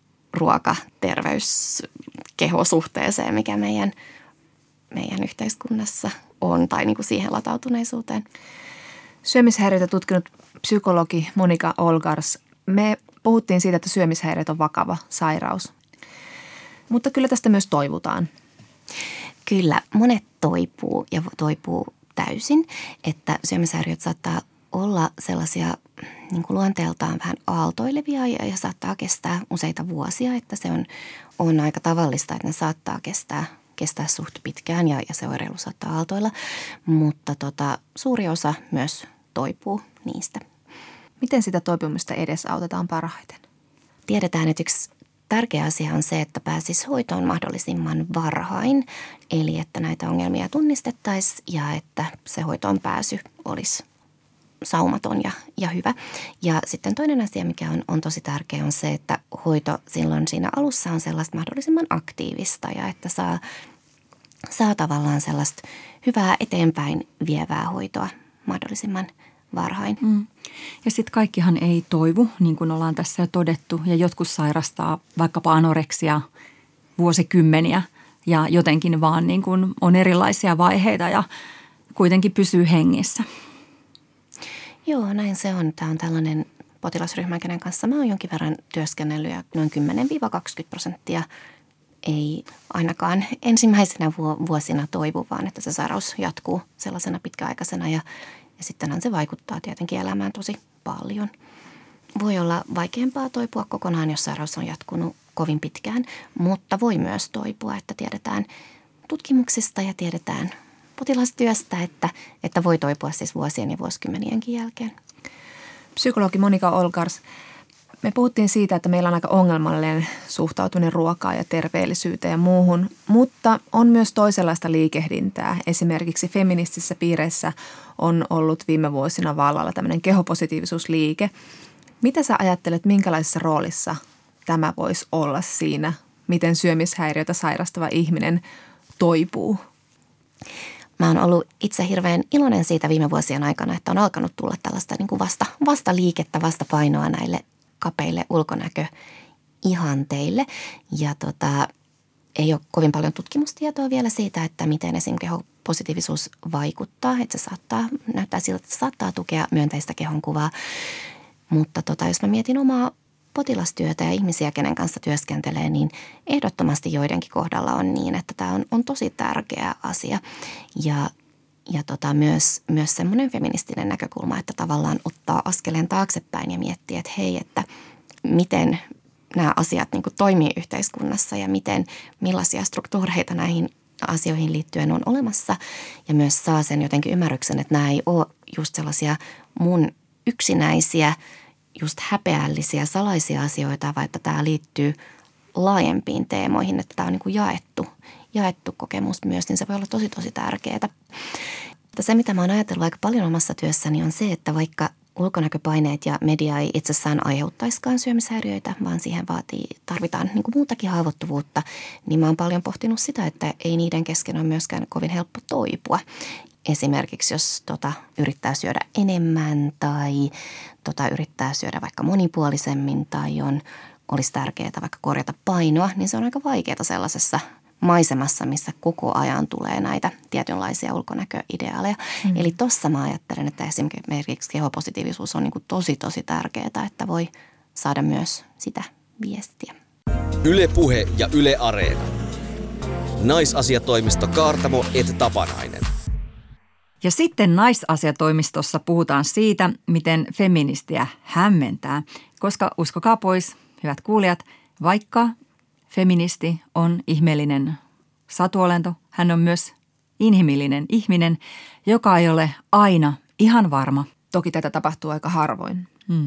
ruoka-terveys-kehosuhteeseen, mikä meidän yhteiskunnassa on, tai niin kuin siihen latautuneisuuteen. Syömishäiriöitä tutkinut psykologi Monika Olgars. Me puhuttiin siitä, että syömishäiriöt on vakava sairaus. Mutta kyllä tästä myös toivutaan. Kyllä, monet toipuu ja toipuu täysin, että syömishäiriöt saattaa olla sellaisia niin kuin luonteeltaan vähän aaltoilevia ja saattaa kestää useita vuosia, että se on aika tavallista, että ne saattaa kestää suht pitkään ja se oireilu saattaa aaltoilla, mutta suuri osa myös toipuu niistä. Miten sitä toipumista edesautetaan parhaiten? Tiedetään, että yksi tärkeä asia on se, että pääsisi hoitoon mahdollisimman varhain, eli että näitä ongelmia tunnistettaisiin ja että se hoitoon pääsy olisi saumaton ja hyvä. Ja sitten toinen asia, mikä on tosi tärkeä, on se, että hoito silloin siinä alussa on sellaista mahdollisimman aktiivista ja että saa tavallaan sellaista hyvää eteenpäin vievää hoitoa mahdollisimman varhain. Ja sitten kaikkihan ei toivu, niin kuin ollaan tässä jo todettu, ja jotkut sairastaa vaikkapa anoreksia vuosikymmeniä ja jotenkin vaan niin kuin on erilaisia vaiheita ja kuitenkin pysyy hengissä. Joo, näin se on. Tämä on tällainen potilasryhmä, kenen kanssa mä oon jonkin verran työskennellyt ja noin 10-20% ei ainakaan ensimmäisenä vuosina toivu, vaan että se sairaus jatkuu sellaisena pitkäaikaisena ja sittenhän se vaikuttaa tietenkin elämään tosi paljon. Voi olla vaikeampaa toipua kokonaan, jos sairaus on jatkunut kovin pitkään, mutta voi myös toipua, että tiedetään tutkimuksista ja tiedetään potilastyöstä, että voi toipua siis vuosien ja vuosikymmenienkin jälkeen. Psykologi Monika Olgars, me puhuttiin siitä, että meillä on aika ongelmallinen suhtautuminen ruokaan ja terveellisyyteen ja muuhun, mutta on myös toisenlaista liikehdintää. Esimerkiksi feministisissä piireissä on ollut viime vuosina vallalla tämmöinen kehopositiivisuusliike. Mitä sä ajattelet, minkälaisessa roolissa tämä voisi olla siinä, miten syömishäiriötä sairastava ihminen toipuu? Mä oon ollut itse hirveän iloinen siitä viime vuosien aikana, että on alkanut tulla tällaista niin kuin vastaliikettä, vastapainoa näille kapeille ulkonäköihanteille. Ja ei ole kovin paljon tutkimustietoa vielä siitä, että miten esim. Kehopositiivisuus vaikuttaa. Että se näyttää siltä, että se saattaa tukea myönteistä kehonkuvaa. Mutta jos mä mietin omaa potilastyötä ja ihmisiä, kenen kanssa työskentelee, niin ehdottomasti joidenkin kohdalla on niin, että tämä on tosi tärkeä asia. Ja myös semmoinen feministinen näkökulma, että tavallaan ottaa askeleen taaksepäin ja miettiä, että hei, että miten nämä asiat niin kuin toimii yhteiskunnassa ja millaisia struktuureita näihin asioihin liittyen on olemassa. Ja myös saa sen jotenkin ymmärryksen, että nämä ei ole just sellaisia mun yksinäisiä, just häpeällisiä, salaisia asioita, vai että tämä liittyy laajempiin teemoihin, että tämä on niin kuin jaettu kokemus myös, niin se voi olla tosi, tosi tärkeää. Mutta se, mitä mä oon ajatellut aika paljon omassa työssäni, on se, että vaikka ulkonäköpaineet ja media ei itsessään aiheuttaisikaan syömishäiriöitä, vaan siihen tarvitaan niin kuin muutakin haavoittuvuutta, niin mä oon paljon pohtinut sitä, että ei niiden kesken ole myöskään kovin helppo toipua. Esimerkiksi jos yrittää syödä enemmän tai yrittää syödä vaikka monipuolisemmin tai olisi tärkeää vaikka korjata painoa, niin se on aika vaikeaa sellaisessa maisemassa, missä koko ajan tulee näitä tietynlaisia ulkonäköideaaleja. Eli tossa mä ajattelen, että esimerkiksi kehopositiivisuus on niin kuin tosi, tosi tärkeää, että voi saada myös sitä viestiä. Yle Puhe ja Yle Areena. Naisasiatoimisto Kaartamo et Tapanainen. Ja sitten naisasiatoimistossa puhutaan siitä, miten feministiä hämmentää, koska uskokaa pois, hyvät kuulijat, vaikka feministi on ihmeellinen satuolento, hän on myös inhimillinen ihminen, joka ei ole aina ihan varma. Toki tätä tapahtuu aika harvoin.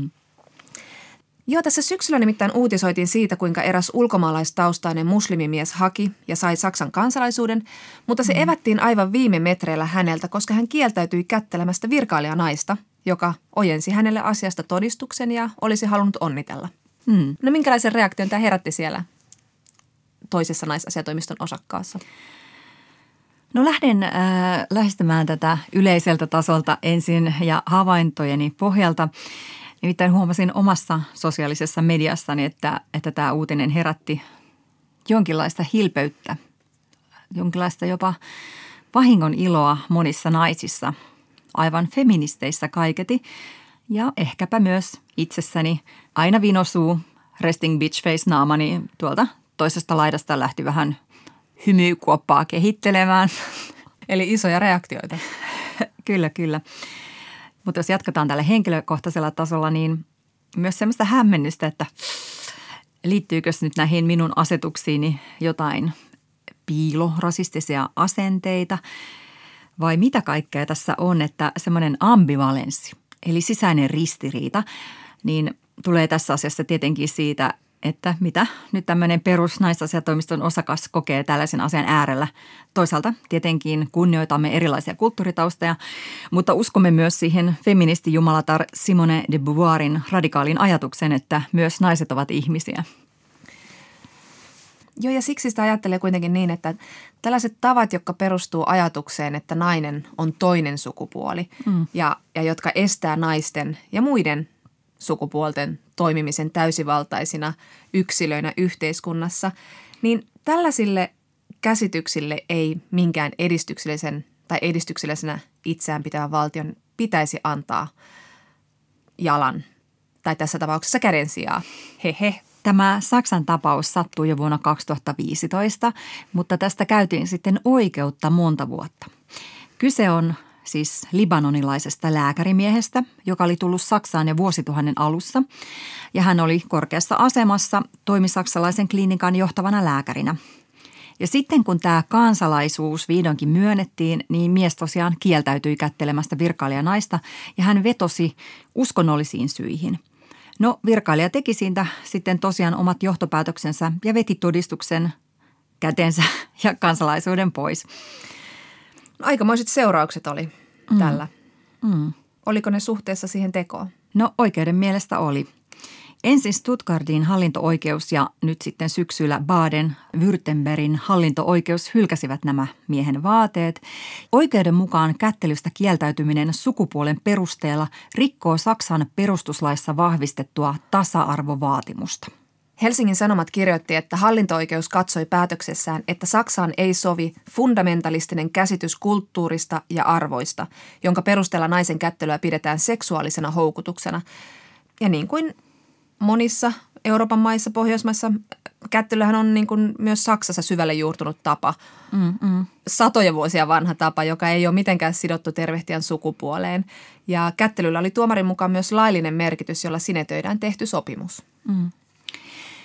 Joo, tässä syksyllä nimittäin uutisoitiin siitä, kuinka eräs ulkomaalaistaustainen muslimimies haki ja sai Saksan kansalaisuuden, mutta se evättiin aivan viime metreillä häneltä, koska hän kieltäytyi kättelemästä virkailijanaista, joka ojensi hänelle asiasta todistuksen ja olisi halunnut onnitella. No minkälaisen reaktion tämä herätti siellä toisessa naisasiatoimiston osakkaassa? No lähden lähestymään tätä yleiseltä tasolta ensin ja havaintojeni pohjalta. Nimittäin huomasin omassa sosiaalisessa mediassani, että tämä uutinen herätti jonkinlaista hilpeyttä, jonkinlaista jopa vahingon iloa monissa naisissa, aivan feministeissä kaiketi ja ehkäpä myös itsessäni. Aina vinosuu resting bitch face naamani tuolta toisesta laidasta lähti vähän hymykuoppaa kehittelemään. Eli isoja reaktioita. Kyllä. Mutta jos jatketaan tällä henkilökohtaisella tasolla, niin myös semmoista hämmennystä, että liittyykö nyt näihin minun asetuksiini jotain piilorasistisia asenteita vai mitä kaikkea tässä on, että semmoinen ambivalenssi, eli sisäinen ristiriita, niin tulee tässä asiassa tietenkin siitä, että mitä nyt tämmöinen perusnaisasiatoimiston osakas kokee tällaisen asian äärellä. Toisaalta tietenkin kunnioitamme erilaisia kulttuuritaustoja, mutta uskomme myös siihen feministijumalatar Simone de Beauvoirin radikaalin ajatuksen, että myös naiset ovat ihmisiä. Joo, ja siksi sitä ajattelee kuitenkin niin, että tällaiset tavat, jotka perustuu ajatukseen, että nainen on toinen sukupuoli ja jotka estää naisten ja muiden sukupuolten toimimisen täysivaltaisina yksilöinä yhteiskunnassa, niin tällaisille käsityksille ei minkään edistyksellisen tai edistyksellisenä itseään pitävän valtion pitäisi antaa jalan tai tässä tapauksessa käden sijaa. Hehe. Tämä Saksan tapaus sattui jo vuonna 2015, mutta tästä käytiin sitten oikeutta monta vuotta. Kyse on siis libanonilaisesta lääkärimiehestä, joka oli tullut Saksaan jo vuosituhannen alussa. Ja hän oli korkeassa asemassa, toimi saksalaisen klinikan johtavana lääkärinä. Ja sitten kun tämä kansalaisuus vihdoinkin myönnettiin, niin mies tosiaan kieltäytyi kättelemästä virkailijanaista ja hän vetosi uskonnollisiin syihin. No virkailija teki siitä sitten tosiaan omat johtopäätöksensä ja veti todistuksen kätensä ja kansalaisuuden pois. Aikamoiset seuraukset oli tällä. Oliko ne suhteessa siihen tekoon? No oikeuden mielestä oli. Ensin Stuttgartin hallinto-oikeus ja nyt sitten syksyllä Baden-Württembergin hallinto-oikeus hylkäsivät nämä miehen vaateet. Oikeuden mukaan kättelystä kieltäytyminen sukupuolen perusteella rikkoo Saksan perustuslaissa vahvistettua tasa-arvovaatimusta. Helsingin Sanomat kirjoitti, että hallinto-oikeus katsoi päätöksessään, että Saksaan ei sovi fundamentalistinen käsitys kulttuurista ja arvoista, jonka perusteella naisen kättelyä pidetään seksuaalisena houkutuksena. Ja niin kuin monissa Euroopan maissa, Pohjoismaissa, kättelyhän on niin kuin myös Saksassa syvälle juurtunut tapa. Satoja vuosia vanha tapa, joka ei ole mitenkään sidottu tervehtiän sukupuoleen. Ja kättelyllä oli tuomarin mukaan myös laillinen merkitys, jolla sinetöidään tehty sopimus.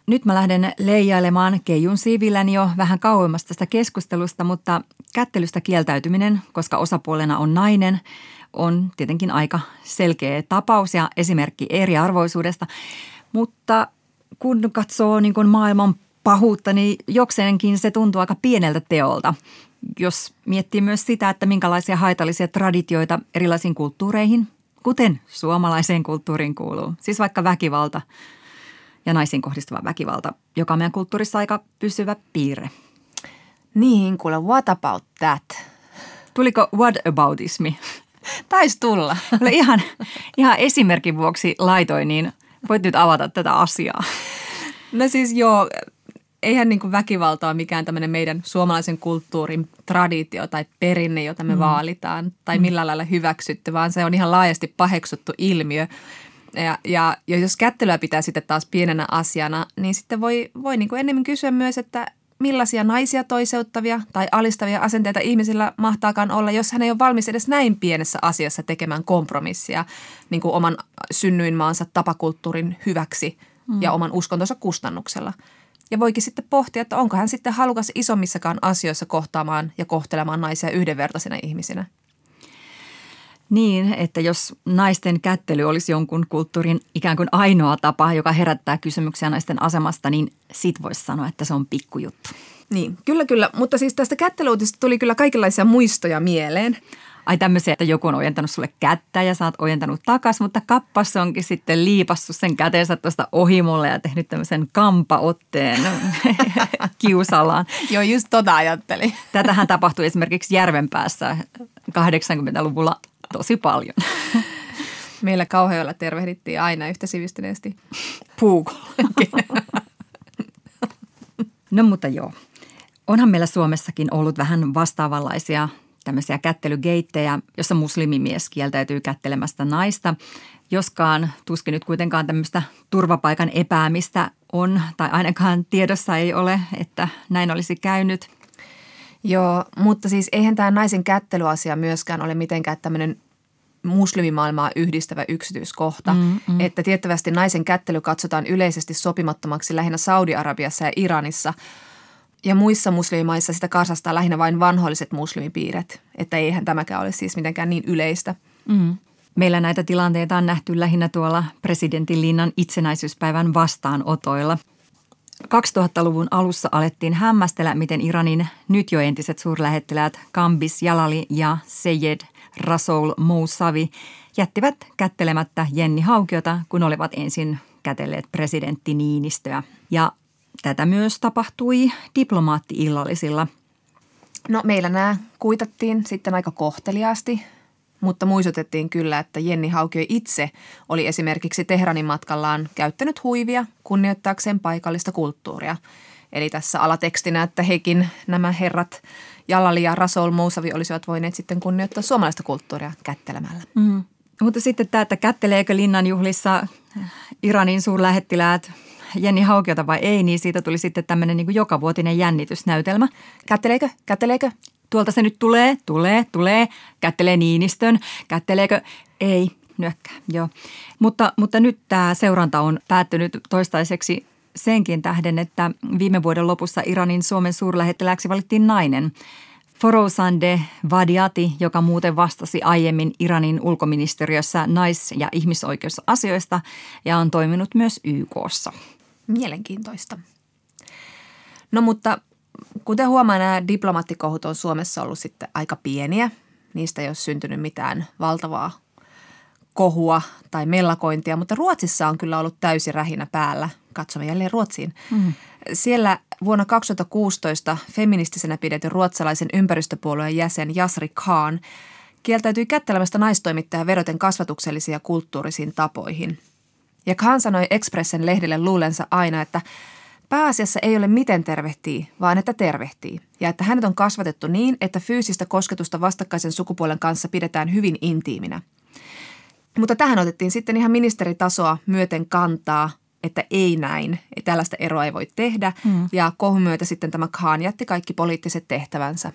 nyt mä lähden leijailemaan keijun siivilläni jo vähän kauemmas tästä keskustelusta, mutta kättelystä kieltäytyminen, koska osapuolena on nainen, on tietenkin aika selkeä tapaus ja esimerkki eriarvoisuudesta. Mutta kun katsoo niin kuin maailman pahuutta, niin jokseenkin se tuntuu aika pieneltä teolta. Jos miettii myös sitä, että minkälaisia haitallisia traditioita erilaisiin kulttuureihin, kuten suomalaiseen kulttuuriin kuuluu. Siis vaikka väkivalta ja naisiin kohdistuva väkivalta, joka on meidän kulttuurissa aika pysyvä piirre. Niin, kuule, what about that? Tuliko whataboutismi? Taisi tulla. Ihan esimerkin vuoksi laitoin, niin voit nyt avata tätä asiaa. No siis joo, eihän niin kuin väkivalta ole mikään tämmöinen meidän suomalaisen kulttuurin traditio tai perinne, jota me vaalitaan tai millään lailla hyväksytty, vaan se on ihan laajasti paheksuttu ilmiö. Ja jos kättelyä pitää sitten taas pienenä asiana, niin sitten voi niin kuin enemmän kysyä myös, että millaisia naisia toiseuttavia tai alistavia asenteita ihmisillä mahtaakaan olla, jos hän ei ole valmis edes näin pienessä asiassa tekemään kompromissia niin kuin oman synnyinmaansa tapakulttuurin hyväksi ja oman uskontonsa kustannuksella. Ja voikin sitten pohtia, että onko hän sitten halukas isommissakaan asioissa kohtaamaan ja kohtelemaan naisia yhdenvertaisina ihmisinä. Niin, että jos naisten kättely olisi jonkun kulttuurin ikään kuin ainoa tapa, joka herättää kysymyksiä naisten asemasta, niin sit voisi sanoa, että se on pikkujuttu. Niin, kyllä. Mutta siis tästä kättelyuutista tuli kyllä kaikenlaisia muistoja mieleen. Ai tämmöisiä, että joku on ojentanut sulle kättä ja sä oot ojentanut takas, mutta kappas onkin sitten liipassut sen käteensä tuosta ohi mulle ja tehnyt tämmöisen kampaotteen kiusallaan. Joo, just tota ajattelin. Tätähän tapahtui esimerkiksi Järvenpäässä 80-luvulla tosi paljon. Meillä Kauhajoella tervehdittiin aina yhtä sivistyneesti. Puukolla. No mutta joo. Onhan meillä Suomessakin ollut vähän vastaavanlaisia tämmöisiä kättelygeittejä, jossa muslimimies kieltäytyy kättelemästä naista, joskaan tuskin nyt kuitenkaan tämmöistä turvapaikan epäämistä on, tai ainakaan tiedossa ei ole, että näin olisi käynyt. Joo, mutta siis eihän tämä naisen kättelyasia myöskään ole mitenkään tämmöinen muslimimaailmaa yhdistävä yksityiskohta, että tiettävästi naisen kättely katsotaan yleisesti sopimattomaksi lähinnä Saudi-Arabiassa ja Iranissa, ja muissa muslimimaissa sitä karsastaa lähinnä vain vanhoilliset muslimipiiret, että eihän tämäkään ole siis mitenkään niin yleistä. Meillä näitä tilanteita on nähty lähinnä tuolla presidentinlinnan itsenäisyyspäivän vastaanotoilla. 2000-luvun alussa alettiin hämmästellä, miten Iranin nyt jo entiset suurlähettiläät Kambis Jalali ja Seyed Rasoul Mousavi jättivät kättelemättä Jenni Haukiota, kun olivat ensin kätelleet presidentti Niinistöä. Ja tätä myös tapahtui diplomaatti-illallisilla. No meillä nämä kuitattiin sitten aika kohteliaasti, mutta muistutettiin kyllä, että Jenni Haukio itse oli esimerkiksi Teheranin matkallaan käyttänyt huivia kunnioittaakseen paikallista kulttuuria. Eli tässä alatekstinä, että hekin nämä herrat Jalali ja Rasoul Mousavi olisivat voineet sitten kunnioittaa suomalaista kulttuuria kättelemällä. Mutta sitten tämä, että kätteleekö linnanjuhlissa Iranin suurlähettiläät Jenni Haukiota vai ei, niin siitä tuli sitten tämmöinen niin kuin jokavuotinen jännitysnäytelmä. Kätteleekö? Tuolta se nyt tulee. Kättelee Niinistön. Kätteleekö? Ei, nyökkää, joo. Mutta nyt tämä seuranta on päättynyt toistaiseksi senkin tähden, että viime vuoden lopussa Iranin Suomen suurlähettilääksi valittiin nainen. Forouzadeh Vadiati, joka muuten vastasi aiemmin Iranin ulkoministeriössä nais- ja ihmisoikeusasioista ja on toiminut myös YK:ssa. Mielenkiintoista. No mutta kuten huomaa, nämä diplomaattikohut on Suomessa ollut sitten aika pieniä. Niistä ei ole syntynyt mitään valtavaa kohua tai mellakointia, mutta Ruotsissa on kyllä ollut täysi rähinä päällä. Katsomme jälleen Ruotsiin. Siellä vuonna 2016 feministisenä pidetyn ruotsalaisen ympäristöpuolueen jäsen Yasri Khan kieltäytyi kättelemästä naistoimittajaa vedoten kasvatuksellisiin ja kulttuurisiin tapoihin. Ja Khan sanoi Expressen lehdelle luulensa aina, että pääasiassa ei ole miten tervehtii, vaan että tervehtii. Ja että hänet on kasvatettu niin, että fyysistä kosketusta vastakkaisen sukupuolen kanssa pidetään hyvin intiiminä. Mutta tähän otettiin sitten ihan ministeritasoa myöten kantaa, että ei näin, tällaista eroa ei voi tehdä. Ja kohun myötä sitten tämä Khan jätti kaikki poliittiset tehtävänsä.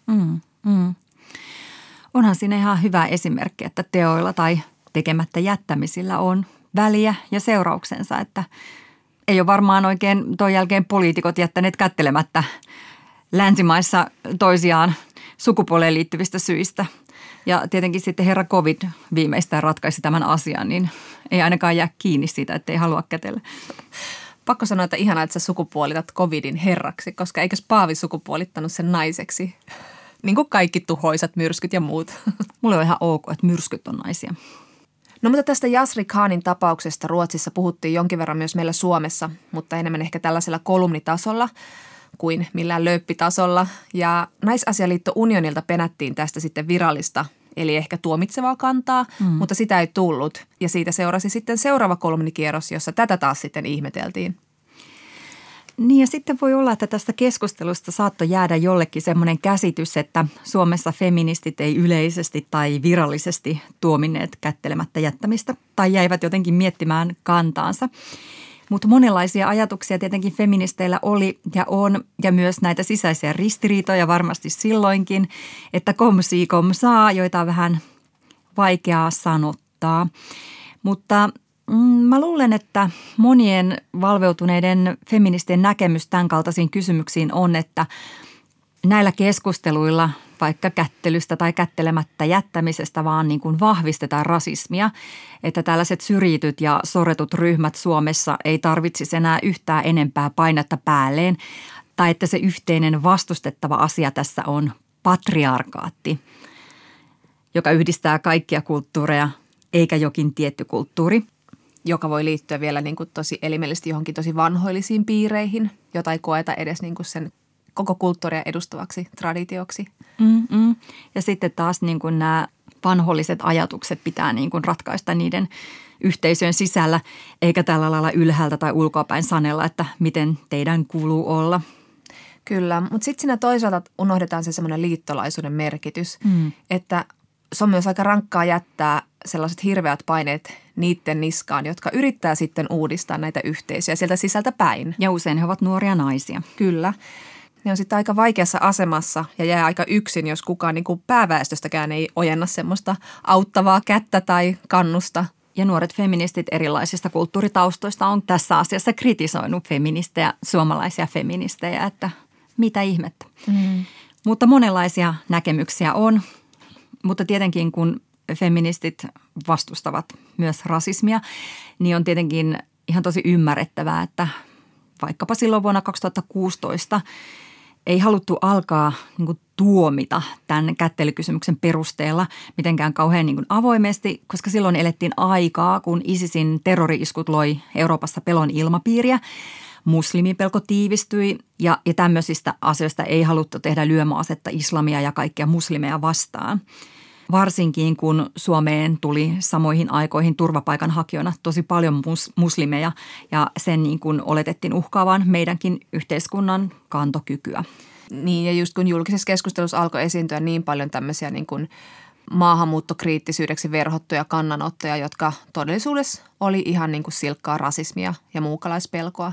Onhan siinä ihan hyvä esimerkki, että teoilla tai tekemättä jättämisillä on väliä ja seurauksensa, että Ei ole varmaan oikein ton jälkeen poliitikot jättäneet kättelemättä länsimaissa toisiaan sukupuoleen liittyvistä syistä. Ja tietenkin sitten herra COVID viimeistään ratkaisi tämän asian, niin ei ainakaan jää kiinni siitä, että ei halua kätellä. Pakko sanoa, että ihanaa, että sä sukupuolitat COVIDin herraksi, koska eikös Paavi sukupuolittanut sen naiseksi? Niin kuin kaikki tuhoisat myrskyt ja muut. Mulle on ihan ok, että myrskyt on naisia. No mutta tästä Yasri Khanin tapauksesta Ruotsissa puhuttiin jonkin verran myös meillä Suomessa, mutta enemmän ehkä tällaisella kolumnitasolla kuin millään lööppitasolla. Ja Naisasialiitto Unionilta penättiin tästä sitten virallista, eli ehkä tuomitsevaa kantaa, mutta sitä ei tullut. Ja siitä seurasi sitten seuraava kolumnikierros, jossa tätä taas sitten ihmeteltiin. Niin ja sitten voi olla, että tästä keskustelusta saattoi jäädä jollekin semmoinen käsitys, että Suomessa feministit ei yleisesti tai virallisesti tuominneet kättelemättä jättämistä tai jäivät jotenkin miettimään kantaansa. Mutta monenlaisia ajatuksia tietenkin feministeillä oli ja on ja myös näitä sisäisiä ristiriitoja varmasti silloinkin, että komsii komsaa, joita on vähän vaikeaa sanottaa. Mutta mä luulen, että monien valveutuneiden feministien näkemys tämän kaltaisiin kysymyksiin on, että näillä keskusteluilla vaikka kättelystä tai kättelemättä jättämisestä vaan niin kuin vahvistetaan rasismia, että tällaiset syrjityt ja sorretut ryhmät Suomessa ei tarvitsisi enää yhtään enempää painetta päälleen tai että se yhteinen vastustettava asia tässä on patriarkaatti, joka yhdistää kaikkia kulttuureja eikä jokin tietty kulttuuri. Joka voi liittyä vielä niin kuin tosi elimellisesti johonkin tosi vanhoillisiin piireihin, jota ei koeta edes niin kuin sen koko kulttuuria edustavaksi traditioksi. Ja sitten taas niin kuin nämä vanholliset ajatukset pitää niin kuin ratkaista niiden yhteisöjen sisällä, eikä tällä lailla ylhäältä tai ulkoapäin sanella, että miten teidän kuuluu olla. Kyllä, mutta sitten siinä toisaalta unohdetaan se semmoinen liittolaisuuden merkitys, että se on myös aika rankkaa jättää sellaiset hirveät paineet niiden niskaan, jotka yrittää sitten uudistaa näitä yhteisöjä sieltä sisältä päin. Ja usein he ovat nuoria naisia. Kyllä. Ne on sitten aika vaikeassa asemassa ja jää aika yksin, jos kukaan niin kuin pääväestöstäkään ei ojenna semmoista auttavaa kättä tai kannusta. Ja nuoret feministit erilaisista kulttuuritaustoista on tässä asiassa kritisoinut feministejä, suomalaisia feministejä, että mitä ihmettä. Mutta monenlaisia näkemyksiä on, mutta tietenkin kun feministit vastustavat myös rasismia, niin on tietenkin ihan tosi ymmärrettävää, että vaikkapa silloin vuonna 2016 ei haluttu alkaa niin kuin tuomita tämän kättelykysymyksen perusteella mitenkään kauhean niin kuin avoimesti, koska silloin elettiin aikaa, kun ISISin terrori-iskut loi Euroopassa pelon ilmapiiriä. Muslimipelko tiivistyi ja tämmöisistä asioista ei haluttu tehdä lyömäasetta islamia ja kaikkia muslimeja vastaan. Varsinkin kun Suomeen tuli samoihin aikoihin turvapaikanhakijoina tosi paljon muslimeja ja sen niin kuin oletettiin uhkaavan meidänkin yhteiskunnan kantokykyä. Niin ja just kun julkisessa keskustelussa alkoi esiintyä niin paljon tämmöisiä niin kuin maahanmuuttokriittisyydeksi verhottuja kannanottoja, jotka todellisuudessa oli ihan niin kuin silkkaa rasismia ja muukalaispelkoa.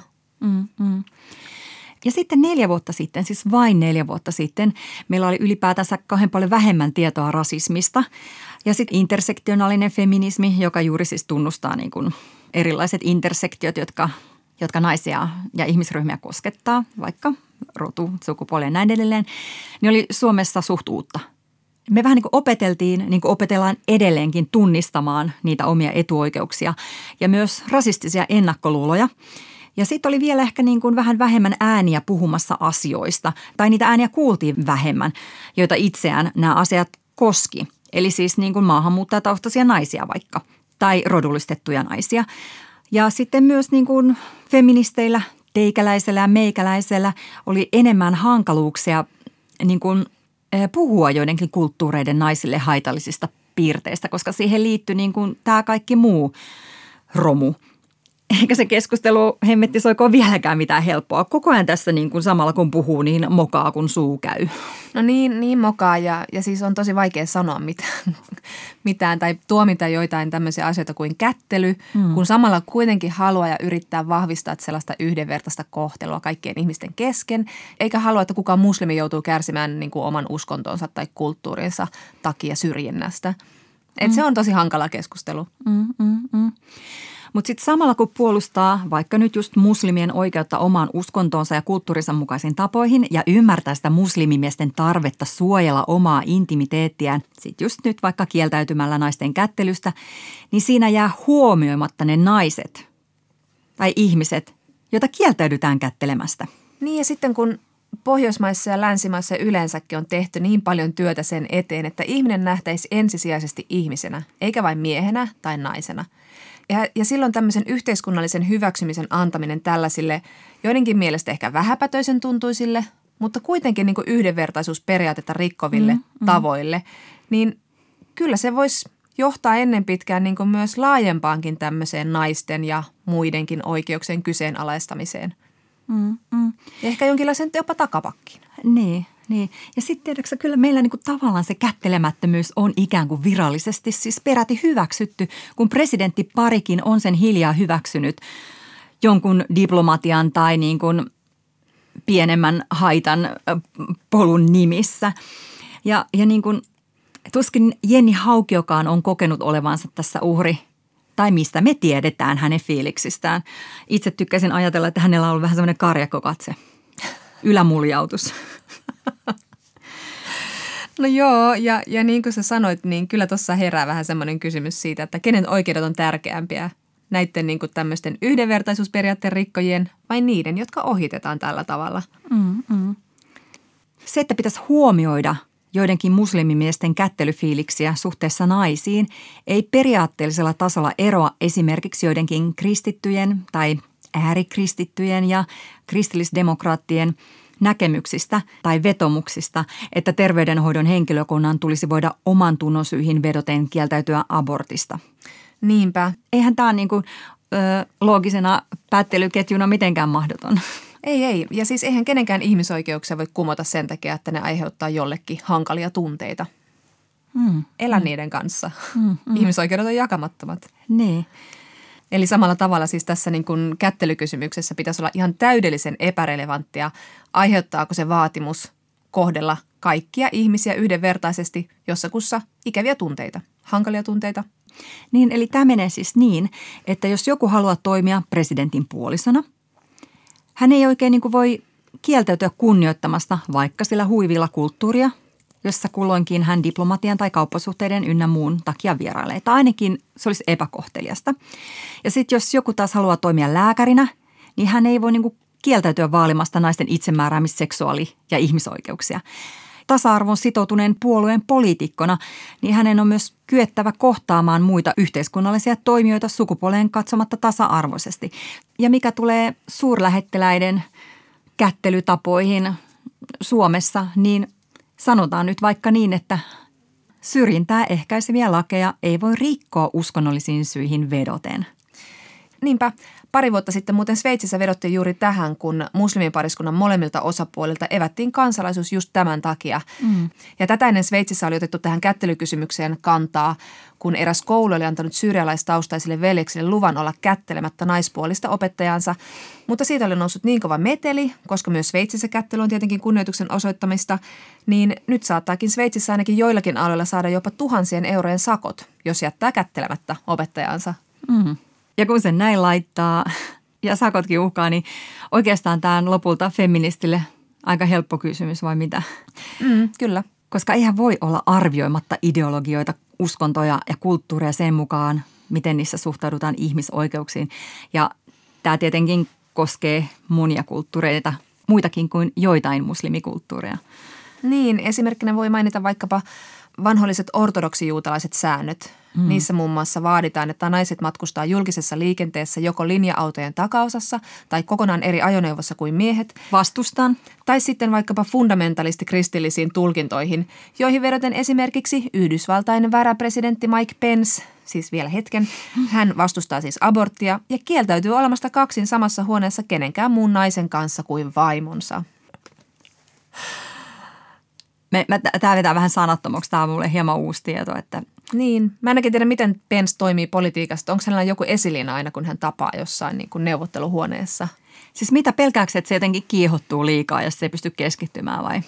Ja sitten 4 vuotta sitten, siis vain 4 vuotta sitten, meillä oli ylipäätänsä kauhean paljon vähemmän tietoa rasismista. Ja sitten intersektionaalinen feminismi, joka juuri siis tunnustaa niin kuin erilaiset intersektiot, jotka naisia ja ihmisryhmiä koskettaa, vaikka rotu, sukupuoli ja näin edelleen, niin oli Suomessa suht uutta. Me vähän niin kuin opeteltiin, niin kuin opetellaan edelleenkin tunnistamaan niitä omia etuoikeuksia ja myös rasistisia ennakkoluuloja. Ja sitten oli vielä ehkä niin kuin vähän vähemmän ääniä puhumassa asioista, tai niitä ääniä kuultiin vähemmän, joita itseään nämä asiat koski. Eli siis niin kuin maahanmuuttajataustaisia naisia vaikka, tai rodullistettuja naisia. Ja sitten myös niin kuin feministeillä, teikäläisellä ja meikäläisellä oli enemmän hankaluuksia niin kuin puhua joidenkin kulttuureiden naisille haitallisista piirteistä, koska siihen liittyi niin kuin tämä kaikki muu romu. Eikä se keskustelu hemmetti soiko vieläkään mitään helppoa. Koko ajan tässä niin kuin samalla kun puhuu, niin mokaa kun suu käy. No niin mokaa ja siis on tosi vaikea sanoa mitään tai tuomita joitain tämmöisiä asioita kuin kättely, kun samalla kuitenkin haluaa ja yrittää vahvistaa sellaista yhdenvertaista kohtelua kaikkien ihmisten kesken, eikä halua, että kukaan muslimi joutuu kärsimään niin kuin oman uskontonsa tai kulttuurinsa takia syrjinnästä. Et se on tosi hankala keskustelu. Mutta sitten samalla kun puolustaa vaikka nyt just muslimien oikeutta omaan uskontoonsa ja kulttuurinsa mukaisiin tapoihin ja ymmärtää sitä muslimimiesten tarvetta suojella omaa intimiteettiään, sitten just nyt vaikka kieltäytymällä naisten kättelystä, niin siinä jää huomioimatta ne naiset tai ihmiset, joita kieltäydytään kättelemästä. Niin ja sitten kun Pohjoismaissa ja länsimaissa yleensäkin on tehty niin paljon työtä sen eteen, että ihminen nähtäisi ensisijaisesti ihmisenä, eikä vain miehenä tai naisena. Ja silloin tämmöisen yhteiskunnallisen hyväksymisen antaminen tällaisille joidenkin mielestä ehkä vähäpätöisen tuntuisille, mutta kuitenkin niin kuin yhdenvertaisuusperiaatetta rikkoville tavoille, niin kyllä se voisi johtaa ennen pitkään niin kuin myös laajempaankin tämmöiseen naisten ja muidenkin oikeuksien kyseenalaistamiseen. Ja ehkä jonkinlaisen jopa takapakkiin. Niin. Ja sitten tiedätkö kyllä meillä niinku tavallaan se kättelemättömyys on ikään kuin virallisesti siis peräti hyväksytty, kun presidentti parikin on sen hiljaa hyväksynyt jonkun diplomatian tai niin kuin pienemmän haitan polun nimissä. Ja niin kuin tuskin Jenni Haukiokaan on kokenut olevansa tässä uhri. Tai mistä me tiedetään hänen fiiliksistään. Itse tykkäsin ajatella, että hänellä on ollut vähän semmoinen karjakkokatse. Ylämuljautus. No joo, ja niin kuin sä sanoit, niin kyllä tuossa herää vähän semmoinen kysymys siitä, että kenen oikeudet on tärkeämpiä. Näiden niin kuin tämmöisten yhdenvertaisuusperiaatteen rikkojien vai niiden, jotka ohitetaan tällä tavalla? Se, että pitäisi huomioida joidenkin muslimimiesten kättelyfiiliksiä suhteessa naisiin, ei periaatteellisella tasolla eroa esimerkiksi joidenkin kristittyjen tai äärikristittyjen ja kristillisdemokraattien näkemyksistä tai vetomuksista, että terveydenhoidon henkilökunnan tulisi voida oman tunnonsyihin vedoten kieltäytyä abortista. Niinpä. Eihän tämä niin kuin loogisena päättelyketjuna mitenkään mahdoton. Ei. Ja siis eihän kenenkään ihmisoikeuksia voi kumota sen takia, että ne aiheuttaa jollekin hankalia tunteita. Elä niiden kanssa. Ihmisoikeudet on jakamattomat. Niin. Eli samalla tavalla siis tässä niin kuin kättelykysymyksessä pitäisi olla ihan täydellisen epärelevanttia, aiheuttaako se vaatimus kohdella kaikkia ihmisiä yhdenvertaisesti jossakussa ikäviä tunteita, hankalia tunteita. Niin, eli tämä menee siis niin, että jos joku haluaa toimia presidentin puolisona, hän ei oikein niin kuin voi kieltäytyä kunnioittamasta vaikka sillä huivilla kulttuuria, jossa kulloinkin hän diplomatian tai kauppasuhteiden ynnä muun takia vierailee. Tai ainakin se olisi epäkohteliasta. Ja sitten jos joku taas haluaa toimia lääkärinä, niin hän ei voi niin kuin kieltäytyä vaalimasta naisten itsemääräämisseksuaali- ja ihmisoikeuksia. Tasa-arvon sitoutuneen puolueen poliitikkona, niin hänen on myös kyettävä kohtaamaan muita yhteiskunnallisia toimijoita sukupuoleen katsomatta tasa-arvoisesti. Ja mikä tulee suurlähettiläiden kättelytapoihin Suomessa, niin sanotaan nyt vaikka niin, että syrjintää ehkäiseviä lakeja ei voi rikkoa uskonnollisiin syihin vedoten. Niinpä. Pari vuotta sitten muuten Sveitsissä vedottiin juuri tähän, kun muslimipariskunnan molemmilta osapuolilta evättiin kansalaisuus just tämän takia. Ja tätä ennen Sveitsissä oli otettu tähän kättelykysymykseen kantaa, kun eräs koulu oli antanut syyrialaistaustaisille veljeksille luvan olla kättelemättä naispuolista opettajansa. Mutta siitä oli noussut niin kova meteli, koska myös Sveitsissä kättely on tietenkin kunnioituksen osoittamista, niin nyt saattaakin Sveitsissä ainakin joillakin aloilla saada jopa tuhansien eurojen sakot, jos jättää kättelemättä opettajansa. Ja kun sen näin laittaa ja sakotkin uhkaa, niin oikeastaan tämä on lopulta feministille aika helppo kysymys vai mitä? Kyllä. Koska eihän voi olla arvioimatta ideologioita, uskontoja ja kulttuuria sen mukaan, miten niissä suhtaudutaan ihmisoikeuksiin. Ja tämä tietenkin koskee monia kulttuureita, muitakin kuin joitain muslimikulttuureja. Niin, esimerkkinä voi mainita vaikkapa vanholliset ortodoksijuutalaiset säännöt. Niissä muun muassa vaaditaan, että naiset matkustaa julkisessa liikenteessä joko linja-autojen takaosassa tai kokonaan eri ajoneuvossa kuin miehet. Vastustan. Tai sitten vaikkapa fundamentalisti-kristillisiin tulkintoihin, joihin vedoten esimerkiksi Yhdysvaltain varapresidentti Mike Pence, siis vielä hetken, hän vastustaa siis aborttia ja kieltäytyy olemasta kaksin samassa huoneessa kenenkään muun naisen kanssa kuin vaimonsa. Tämä vetää vähän sanattomaksi. Tämä on mulle hieman uusi tieto, että niin. Mä en tiedä, miten Pence toimii politiikasta. Onko hänellä joku esiliina aina, kun hän tapaa jossain niin kuin neuvotteluhuoneessa? Siis mitä pelkääksä, että se jotenkin kiihottuu liikaa, jos se ei pysty keskittymään vai?